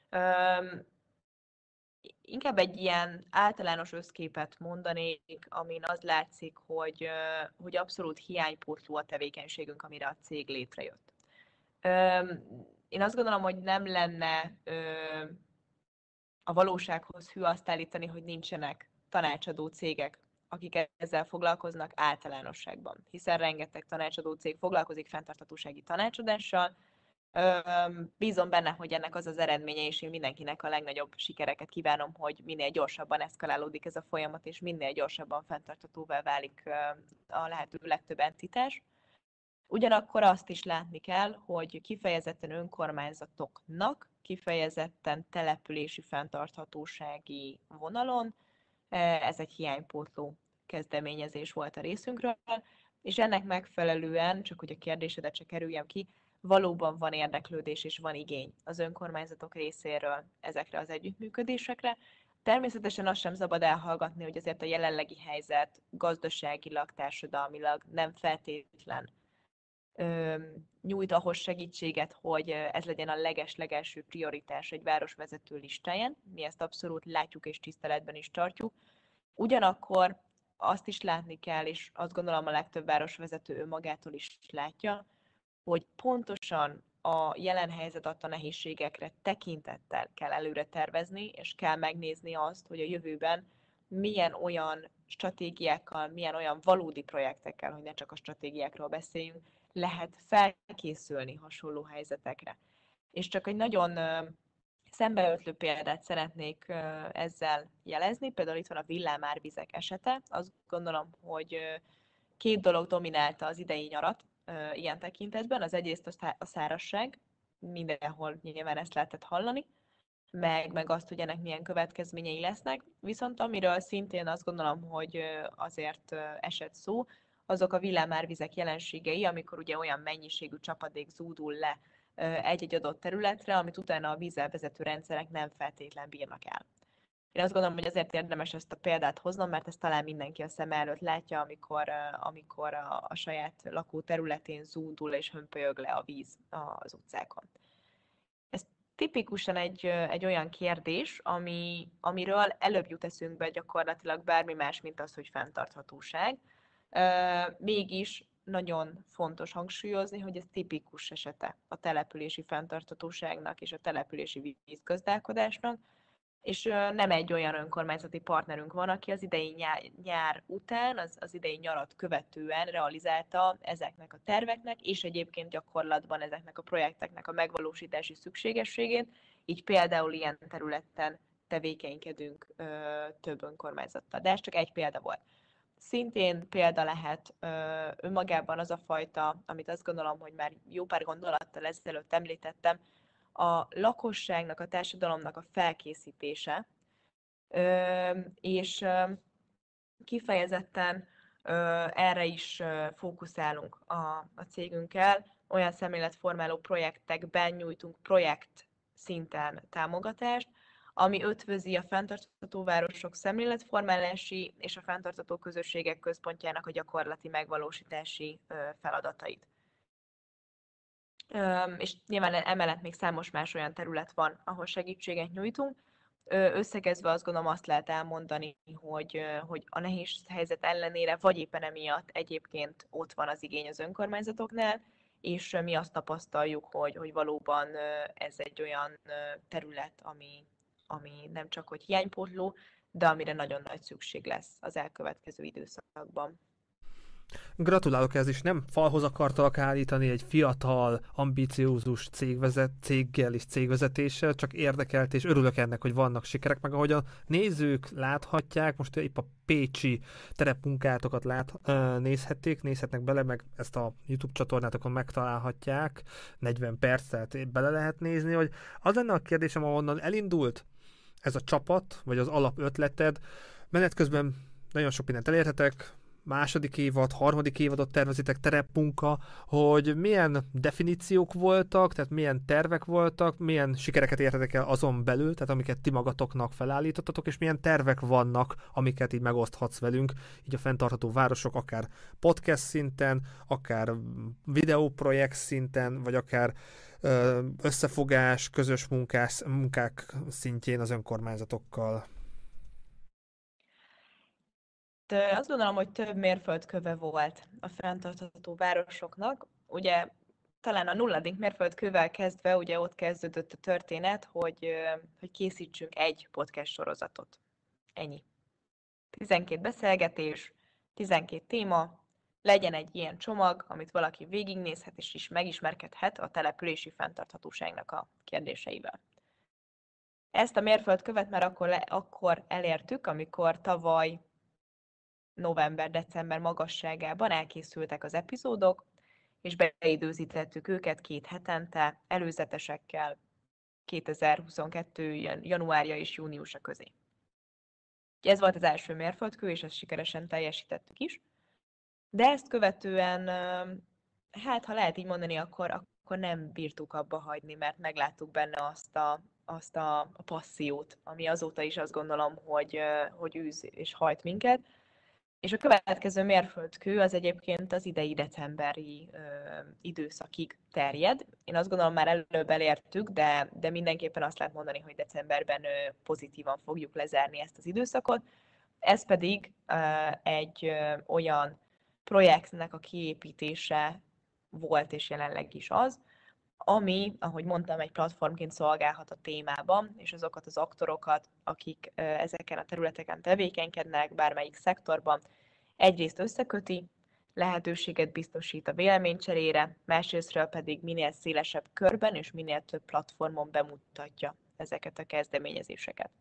Inkább egy ilyen általános összképet mondanék, amin az látszik, hogy, hogy abszolút hiánypótló a tevékenységünk, amire a cég létrejött. Én azt gondolom, hogy nem lenne a valósághoz hű azt állítani, hogy nincsenek tanácsadó cégek, akik ezzel foglalkoznak általánosságban, hiszen rengeteg tanácsadó cég foglalkozik fenntarthatósági tanácsadással. Bízom benne, hogy ennek az az eredménye, és én mindenkinek a legnagyobb sikereket kívánom, hogy minél gyorsabban eszkalálódik ez a folyamat, és minél gyorsabban fenntarthatóvá válik a lehető legtöbb entitás. Ugyanakkor azt is látni kell, hogy kifejezetten önkormányzatoknak, kifejezetten települési fenntarthatósági vonalon ez egy hiánypótló kezdeményezés volt a részünkről, és ennek megfelelően, csak hogy a kérdésedet se kerüljem ki, valóban van érdeklődés és van igény az önkormányzatok részéről ezekre az együttműködésekre. Természetesen azt sem szabad elhallgatni, hogy azért a jelenlegi helyzet gazdaságilag, társadalmilag nem feltétlen ö, nyújt ahhoz segítséget, hogy ez legyen a leges-legelső prioritás egy városvezető listáján. Mi ezt abszolút látjuk és tiszteletben is tartjuk. Ugyanakkor azt is látni kell, és azt gondolom a legtöbb városvezető önmagától is látja, hogy pontosan a jelen helyzet adta nehézségekre tekintettel kell előre tervezni, és kell megnézni azt, hogy a jövőben milyen olyan stratégiákkal, milyen olyan valódi projektekkel, hogy ne csak a stratégiákról beszéljünk, lehet felkészülni hasonló helyzetekre. És csak egy nagyon szembeötlő példát szeretnék ezzel jelezni, például itt van a villámárvizek esete. Azt gondolom, hogy két dolog dominálta az idei nyarat ilyen tekintetben. Az egyrészt a szárazság, mindenhol nyilván ezt lehetett hallani, meg, meg azt, hogy ennek milyen következményei lesznek. Viszont amiről szintén azt gondolom, hogy azért esett szó, azok a villámárvizek jelenségei, amikor ugye olyan mennyiségű csapadék zúdul le egy-egy adott területre, amit utána a vízzel vezető rendszerek nem feltétlen bírnak el. Én azt gondolom, hogy azért érdemes ezt a példát hoznom, mert ezt talán mindenki a szem előtt látja, amikor, amikor a, a saját lakóterületén zúdul és hömpölyög le a víz az utcákon. Ez tipikusan egy, egy olyan kérdés, ami, amiről előbb jut eszünkbe gyakorlatilag bármi más, mint az, hogy fenntarthatóság. Mégis nagyon fontos hangsúlyozni, hogy ez tipikus esete a települési fenntarthatóságnak és a települési vízgazdálkodásnak, és nem egy olyan önkormányzati partnerünk van, aki az idei nyár, nyár után, az, az idei nyarat követően realizálta ezeknek a terveknek, és egyébként gyakorlatban ezeknek a projekteknek a megvalósítási szükségességét, így például ilyen területen tevékenykedünk ö, több önkormányzattal. De ez csak egy példa volt. Szintén példa lehet ö, önmagában az a fajta, amit azt gondolom, hogy már jó pár gondolattal ezelőtt említettem, a lakosságnak, a társadalomnak a felkészítése, ö, és ö, kifejezetten ö, erre is ö, fókuszálunk a, a cégünkkel. Olyan szemléletformáló projektekben nyújtunk projekt szinten támogatást, ami ötvözi a fenntartható városok szemléletformálási és a fenntartható közösségek központjának a gyakorlati megvalósítási feladatait. És nyilván emellett még számos más olyan terület van, ahol segítséget nyújtunk. Összegezve azt gondolom, azt lehet elmondani, hogy, hogy a nehéz helyzet ellenére, vagy éppen emiatt egyébként ott van az igény az önkormányzatoknál, és mi azt tapasztaljuk, hogy, hogy valóban ez egy olyan terület, ami, ami nem csak hogy hiánypótló, de amire nagyon nagy szükség lesz az elkövetkező időszakban. Gratulálok, ez is nem falhoz akartalak állítani egy fiatal, ambiciózus cégvezet, céggel és cégvezetéssel, csak érdekelt, és örülök ennek, hogy vannak sikerek, meg ahogy a nézők láthatják, most épp a pécsi terepmunkátokat lát, nézhették, nézhetnek bele, meg ezt a YouTube csatornátokon megtalálhatják, negyven percet bele lehet nézni, hogy az lenne a kérdésem, ahonnan elindult ez a csapat, vagy az alapötleted, menet közben nagyon sok mindent elérhetek, második évad, harmadik évadot tervezitek, terepmunka, hogy milyen definíciók voltak, tehát milyen tervek voltak, milyen sikereket értetek el azon belül, tehát amiket ti magatoknak felállítottatok, és milyen tervek vannak, amiket így megoszthatsz velünk, így a fenntartható városok, akár podcast szinten, akár videóprojekt szinten, vagy akár összefogás, közös munkás, munkák szintjén az önkormányzatokkal. Azt gondolom, hogy több mérföldköve volt a fenntartható városoknak. Ugye talán a nulladik mérföldkővel kezdve ugye ott kezdődött a történet, hogy, hogy készítsünk egy podcast sorozatot. Ennyi. tizenkét beszélgetés, tizenkét téma, legyen egy ilyen csomag, amit valaki végignézhet és is megismerkedhet a települési fenntarthatóságnak a kérdéseivel. Ezt a mérföldkövet már akkor, le, akkor elértük, amikor tavaly november-december magasságában elkészültek az epizódok, és beidőzítettük őket két hetente, előzetesekkel kétezer-huszonkettő januárja és júniusa közé. Ez volt az első mérföldkő, és ezt sikeresen teljesítettük is. De ezt követően, hát ha lehet így mondani, akkor, akkor nem bírtuk abba hagyni, mert megláttuk benne azt a, azt a, a passziót, ami azóta is azt gondolom, hogy, hogy űz és hajt minket. És a következő mérföldkő az egyébként az idei decemberi ö, időszakig terjed. Én azt gondolom, már előbb elértük, de, de mindenképpen azt lehet mondani, hogy decemberben ö, pozitívan fogjuk lezárni ezt az időszakot. Ez pedig ö, egy ö, olyan projektnek a kiépítése volt, és jelenleg is az, ami, ahogy mondtam, egy platformként szolgálhat a témában, és azokat az aktorokat, akik ezeken a területeken tevékenykednek, bármelyik szektorban, egyrészt összeköti, lehetőséget biztosít a véleménycserére, másrésztről pedig minél szélesebb körben és minél több platformon bemutatja ezeket a kezdeményezéseket.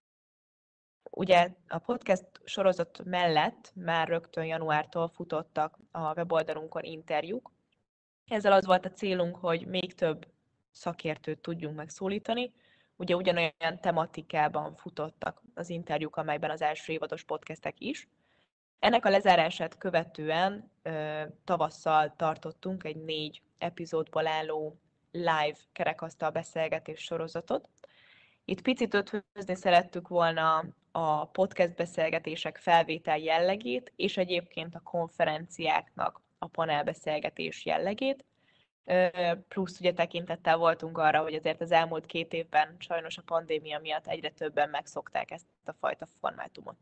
Ugye a podcast sorozat mellett már rögtön januártól futottak a weboldalunkon interjúk. Ezzel az volt a célunk, hogy még több szakértőt tudjunk megszólítani. Ugye ugyanolyan tematikában futottak az interjúk, amelyben az első évados podcastek is. Ennek a lezárását követően tavasszal tartottunk egy négy epizódból álló live kerekasztal beszélgetés sorozatot. Itt picit ötvözni szerettük volna a podcast beszélgetések felvétel jellegét, és egyébként a konferenciáknak a panelbeszélgetés jellegét. Plusz ugye tekintettel voltunk arra, hogy azért az elmúlt két évben sajnos a pandémia miatt egyre többen megszokták ezt a fajta formátumot.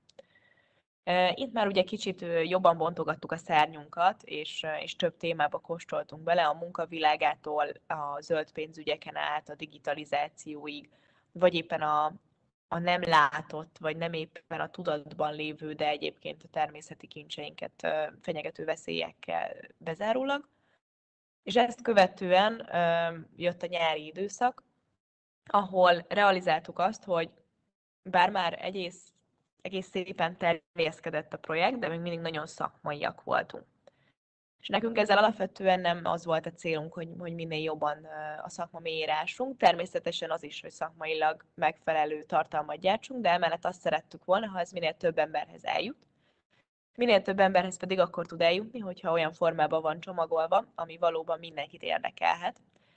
Itt már ugye kicsit jobban bontogattuk a szárnyunkat, és, és több témába kóstoltunk bele, a munkavilágától a zöld pénzügyeken át, a digitalizációig, vagy éppen a, a nem látott, vagy nem éppen a tudatban lévő, de egyébként a természeti kincseinket fenyegető veszélyekkel bezárólag. És ezt követően jött a nyári időszak, ahol realizáltuk azt, hogy bár már egész egész szépen terjeszkedett a projekt, de még mindig nagyon szakmaiak voltunk. És nekünk ezzel alapvetően nem az volt a célunk, hogy, hogy minél jobban a szakma mélyére ásunk, természetesen az is, hogy szakmailag megfelelő tartalmat gyártsunk, de emellett azt szerettük volna, ha ez minél több emberhez eljut. Minél több emberhez pedig akkor tud eljutni, hogyha olyan formában van csomagolva, ami valóban mindenkit érdekelhet.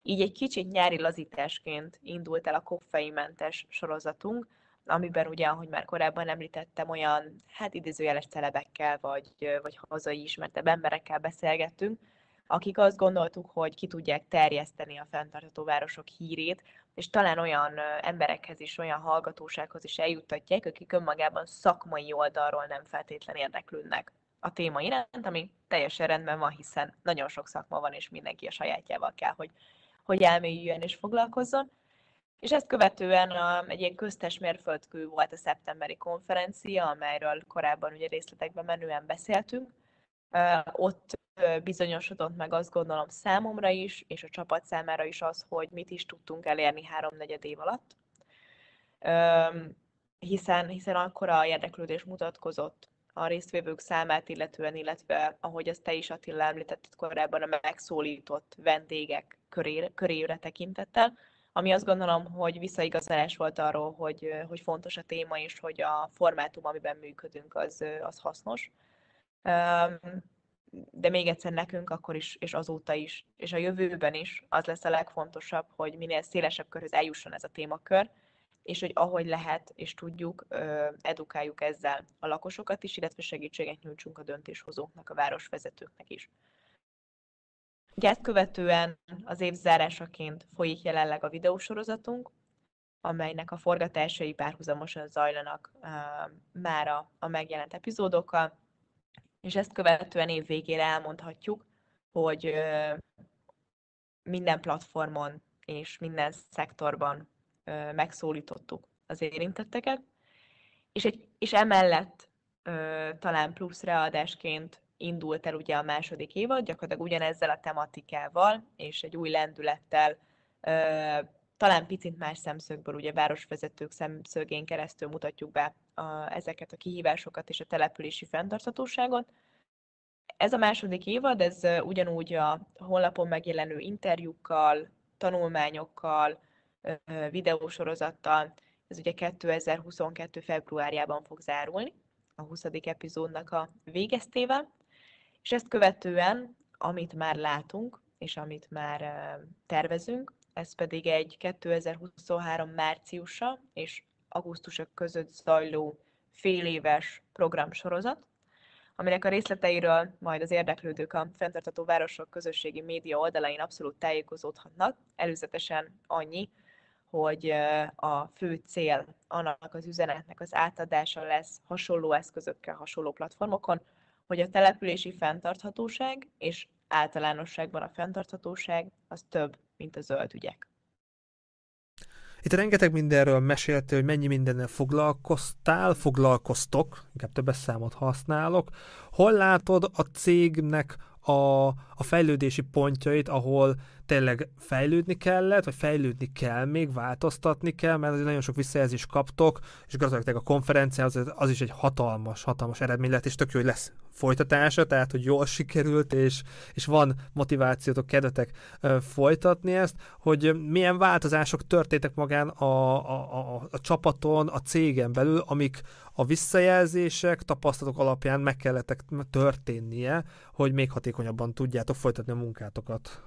Így egy kicsit nyári lazításként indult el a koffeinmentes sorozatunk, amiben ugye, ahogy már korábban említettem, olyan, hát idézőjeles celebekkel, vagy, vagy hazai ismertebb emberekkel beszélgettünk, akik azt gondoltuk, hogy ki tudják terjeszteni a fenntartható városok hírét, és talán olyan emberekhez is, olyan hallgatósághoz is eljuttatják, akik önmagában szakmai oldalról nem feltétlen érdeklődnek a téma iránt, ami teljesen rendben van, hiszen nagyon sok szakma van, és mindenki a sajátjával kell, hogy, hogy elmélyüljön és foglalkozzon. És ezt követően a, egy ilyen köztes mérföldkő volt a szeptemberi konferencia, amelyről korábban ugye részletekben menően beszéltünk. Uh, ott uh, bizonyosodott meg azt gondolom számomra is, és a csapat számára is az, hogy mit is tudtunk elérni háromnegyed év alatt. Um, hiszen, hiszen akkora érdeklődés mutatkozott a résztvevők számát illetően, illetve ahogy azt te is, Attila, említetted korábban, a megszólított vendégek körére, körére tekintettel, ami azt gondolom, hogy visszaigazolás volt arról, hogy, hogy fontos a téma, és hogy a formátum, amiben működünk, az, az hasznos. De még egyszer nekünk akkor is, és azóta is, és a jövőben is az lesz a legfontosabb, hogy minél szélesebb körhöz eljusson ez a témakör, és hogy ahogy lehet és tudjuk, edukáljuk ezzel a lakosokat is, illetve segítséget nyújtsunk a döntéshozóknak, a városvezetőknek is. Ugye ezt követően az év zárásaként folyik jelenleg a videósorozatunk, amelynek a forgatásai párhuzamosan zajlanak uh, már a, a megjelent epizódokkal, és ezt követően év végére elmondhatjuk, hogy uh, minden platformon és minden szektorban uh, megszólítottuk az érintetteket, és, egy, és emellett uh, talán plusz readásként indult el ugye a második évad, gyakorlatilag ugyanezzel a tematikával, és egy új lendülettel, talán picit más szemszögből, ugye városvezetők szemszögén keresztül mutatjuk be a, ezeket a kihívásokat és a települési fenntarthatóságot. Ez a második évad, ez ugyanúgy a honlapon megjelenő interjúkkal, tanulmányokkal, videósorozattal, ez ugye kétezer-huszonkettő februárjában fog zárulni, a huszadik epizódnak a végeztével, és ezt követően, amit már látunk, és amit már tervezünk, ez pedig egy kétezer-huszonhárom márciusa és augusztusa között zajló féléves programsorozat, aminek a részleteiről majd az érdeklődők a Fenntartható Városok közösségi média oldalain abszolút tájékozódhatnak. Előzetesen annyi, hogy a fő cél annak az üzenetnek az átadása lesz hasonló eszközökkel, hasonló platformokon, hogy a települési fenntarthatóság és általánosságban a fenntarthatóság az több, mint a zöld ügyek. Itt rengeteg mindenről meséltél, hogy mennyi mindennel foglalkoztál, foglalkoztok, inkább többes számot használok. Hol látod a cégnek a, a fejlődési pontjait, ahol tényleg fejlődni kellett, vagy fejlődni kell még, változtatni kell, mert nagyon sok visszajelzést kaptok, és gratulálok a konferenciához, az, az is egy hatalmas, hatalmas eredmény lett, és tök jó, hogy lesz folytatása, tehát, hogy jól sikerült, és, és van motivációtok, kedvetek ö, folytatni ezt, hogy milyen változások történtek magán a, a, a, a csapaton, a cégen belül, amik a visszajelzések, tapasztalatok alapján meg kellettek történnie, hogy még hatékonyabban tudjátok folytatni a munkátokat.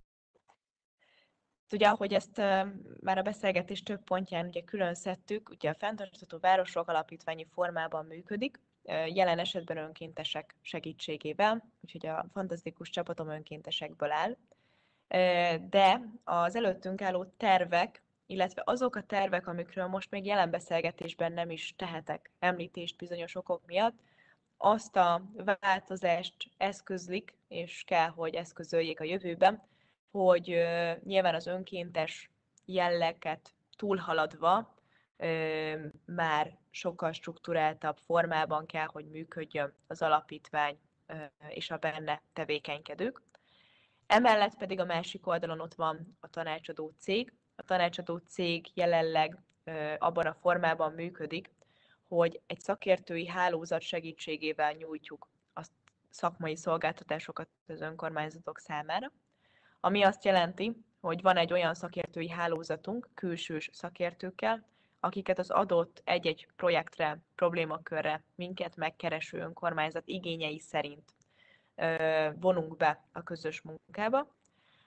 Ugye, ahogy ezt uh, már a beszélgetés több pontján ugye külön szedtük, ugye a Fenntartható Városok alapítványi formában működik, uh, jelen esetben önkéntesek segítségével, úgyhogy a fantasztikus csapatom önkéntesekből áll. Uh, de az előttünk álló tervek, illetve azok a tervek, amikről most még jelen beszélgetésben nem is tehetek említést bizonyos okok miatt, azt a változást eszközlik, és kell, hogy eszközöljék a jövőben, hogy uh, nyilván az önkéntes jelleget túlhaladva uh, már sokkal strukturáltabb formában kell, hogy működjön az alapítvány uh, és a benne tevékenykedők. Emellett pedig a másik oldalon ott van a tanácsadó cég. A tanácsadó cég jelenleg uh, abban a formában működik, hogy egy szakértői hálózat segítségével nyújtjuk a szakmai szolgáltatásokat az önkormányzatok számára, ami azt jelenti, hogy van egy olyan szakértői hálózatunk külsős szakértőkkel, akiket az adott egy-egy projektre, problémakörre minket megkereső önkormányzat igényei szerint vonunk be a közös munkába.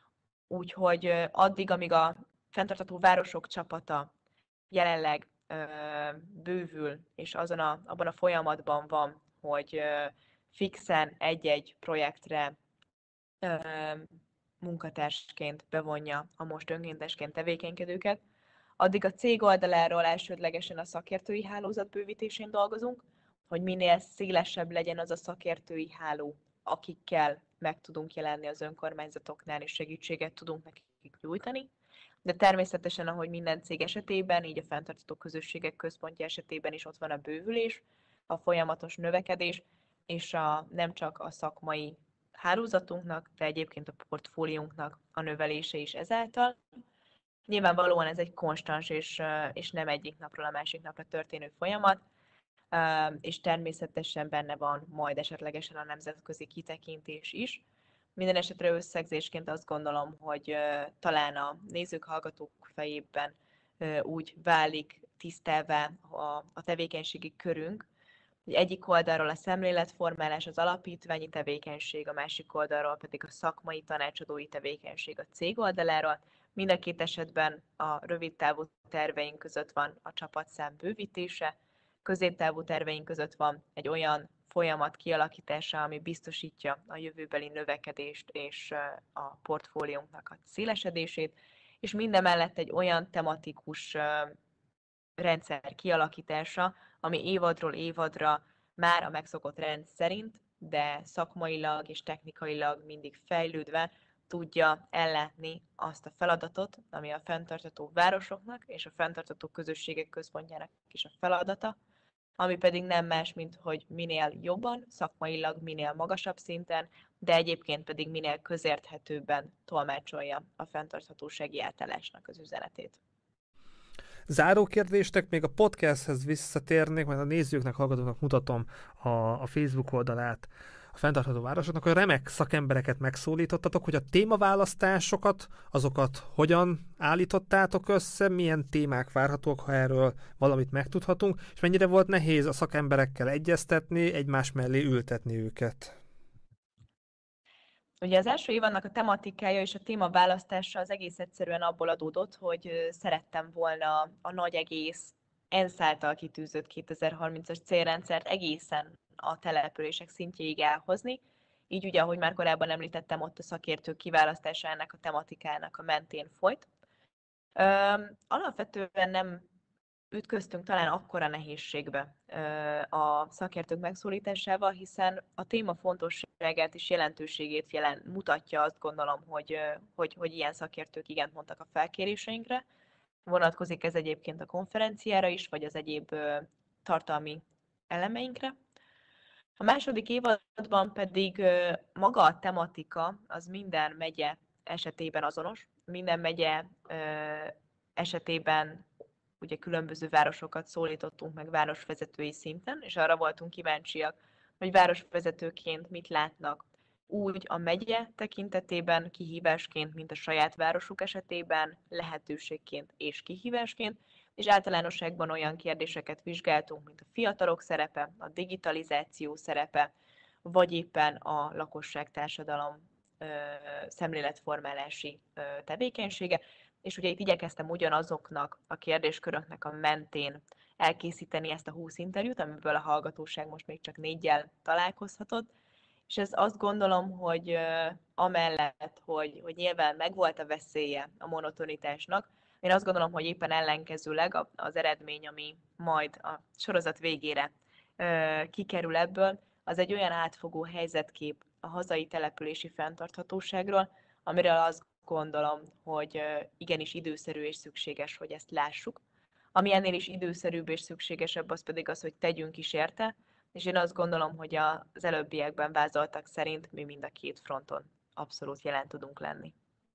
Úgyhogy addig, amíg a fenntartható városok csapata jelenleg ö, bővül, és azon a, abban a folyamatban van, hogy ö, fixen egy-egy projektre ö, munkatársként bevonja a most önkéntesként tevékenykedőket, addig a cég oldaláról elsődlegesen a szakértői hálózat bővítésén dolgozunk, hogy minél szélesebb legyen az a szakértői háló, akikkel meg tudunk jelenni az önkormányzatoknál, és segítséget tudunk nekik nyújtani. De természetesen, ahogy minden cég esetében, így a fenntartható közösségek központja esetében is ott van a bővülés, a folyamatos növekedés, és a, nem csak a szakmai hálózatunknak, de egyébként a portfóliónknak a növelése is ezáltal. Nyilvánvalóan ez egy konstans és, és nem egyik napról a másik napra történő folyamat, és természetesen benne van majd esetlegesen a nemzetközi kitekintés is. Minden esetre összegzésként azt gondolom, hogy talán a nézők, hallgatók fejében úgy válik tisztelve a, a tevékenységi körünk, hogy egyik oldalról a szemléletformálás, az alapítványi tevékenység, a másik oldalról pedig a szakmai tanácsadói tevékenység a cég oldaláról. Mind a két esetben a rövidtávú terveink között van a csapatszám bővítése, középtávú terveink között van egy olyan folyamat kialakítása, ami biztosítja a jövőbeli növekedést és a portfóliónknak a szélesedését, és mindemellett egy olyan tematikus rendszer kialakítása, ami évadról évadra már a megszokott rend szerint, de szakmailag és technikailag mindig fejlődve tudja ellátni azt a feladatot, ami a fenntartható városoknak és a fenntartható közösségek központjának is a feladata, ami pedig nem más, mint hogy minél jobban, szakmailag minél magasabb szinten, de egyébként pedig minél közérthetőbben tolmácsolja a fenntarthatósági átállásnak az üzenetét. Záró kérdéstek, még a podcasthez visszatérnék, mert a nézőknek, hallgatóknak mutatom a, a Facebook oldalát a fenntartható városoknak, hogy remek szakembereket megszólítottatok, hogy a témaválasztásokat, azokat hogyan állítottátok össze, milyen témák várhatók, ha erről valamit megtudhatunk, és mennyire volt nehéz a szakemberekkel egyeztetni, egymás mellé ültetni őket. Ugye az első évadnak a tematikája és a témaválasztása az egész egyszerűen abból adódott, hogy szerettem volna a nagy egész ENSZ által kitűzött kétezer-harmincas célrendszert egészen a települések szintjéig elhozni. Így ugye, ahogy már korábban említettem, ott a szakértők kiválasztása ennek a tematikának a mentén folyt. Üm, alapvetően nem ütköztünk talán akkora nehézségbe a szakértők megszólításával, hiszen a téma fontosságát és jelentőségét jelen mutatja, azt gondolom, hogy, hogy, hogy ilyen szakértők igent mondtak a felkéréseinkre. Vonatkozik ez egyébként a konferenciára is, vagy az egyéb tartalmi elemeinkre. A második évadban pedig maga a tematika az minden megye esetében azonos, minden megye esetében ugye különböző városokat szólítottunk meg városvezetői szinten, és arra voltunk kíváncsiak, hogy városvezetőként mit látnak úgy a megye tekintetében, kihívásként, mint a saját városuk esetében, lehetőségként és kihívásként, és általánosságban olyan kérdéseket vizsgáltunk, mint a fiatalok szerepe, a digitalizáció szerepe, vagy éppen a lakosságtársadalom szemléletformálási tevékenysége, és ugye itt igyekeztem ugyanazoknak a kérdésköröknek a mentén elkészíteni ezt a húsz interjút, amiből a hallgatóság most még csak négyel találkozhatott, és ez azt gondolom, hogy amellett, hogy, hogy nyilván megvolt a veszélye a monotonitásnak, én azt gondolom, hogy éppen ellenkezőleg az eredmény, ami majd a sorozat végére kikerül ebből, az egy olyan átfogó helyzetkép a hazai települési fenntarthatóságról, amiről azt gondolom, hogy igenis időszerű és szükséges, hogy ezt lássuk. Ami ennél is időszerűbb és szükségesebb, az pedig az, hogy tegyünk is érte, és én azt gondolom, hogy az előbbiekben vázoltak szerint mi mind a két fronton abszolút jelen tudunk lenni.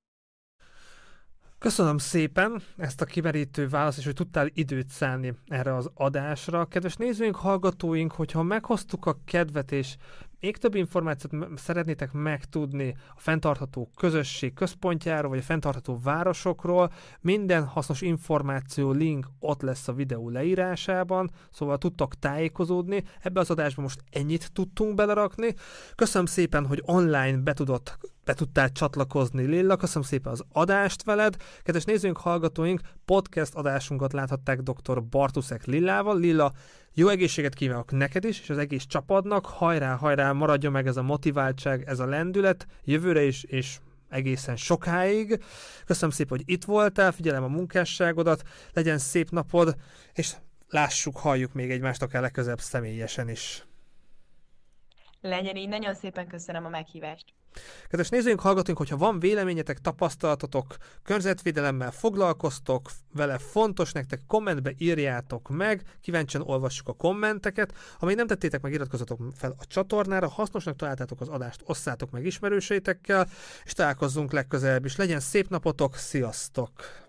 Köszönöm szépen ezt a kimerítő választ, és hogy tudtál időt szállni erre az adásra. Kedves nézőink, hallgatóink, hogyha meghoztuk a kedvet, és még több információt szeretnétek megtudni a fenntartható közösség központjáról, vagy a fenntartható városokról, minden hasznos információ, link ott lesz a videó leírásában, szóval tudtok tájékozódni. Ebbe az adásba most ennyit tudtunk belerakni. Köszönöm szépen, hogy online be tudott be tudtál csatlakozni, Lilla. Köszönöm szépen az adást veled. Kedves nézőink, hallgatóink, podcast adásunkat láthatták dr. Bartuszek Lillával. Lilla, jó egészséget kívánok neked is, és az egész csapatnak. Hajrá, hajrá, maradjon meg ez a motiváltság, ez a lendület jövőre is, és egészen sokáig. Köszönöm szépen, hogy itt voltál, figyelem a munkásságodat, legyen szép napod, és lássuk, halljuk még egymást, akár legközelebb személyesen is. Legyen így, nagyon szépen köszönöm a meghívást. Kedves nézőink, hallgatóink, hogyha van véleményetek, tapasztalatotok, környezetvédelemmel foglalkoztok, vele fontos nektek, kommentbe írjátok meg, kíváncsian olvassuk a kommenteket. Ha még nem tettétek meg, iratkozzatok fel a csatornára, hasznosnak találtátok az adást, osszátok meg ismerőseitekkel, és találkozzunk legközelebb is. Legyen szép napotok, sziasztok!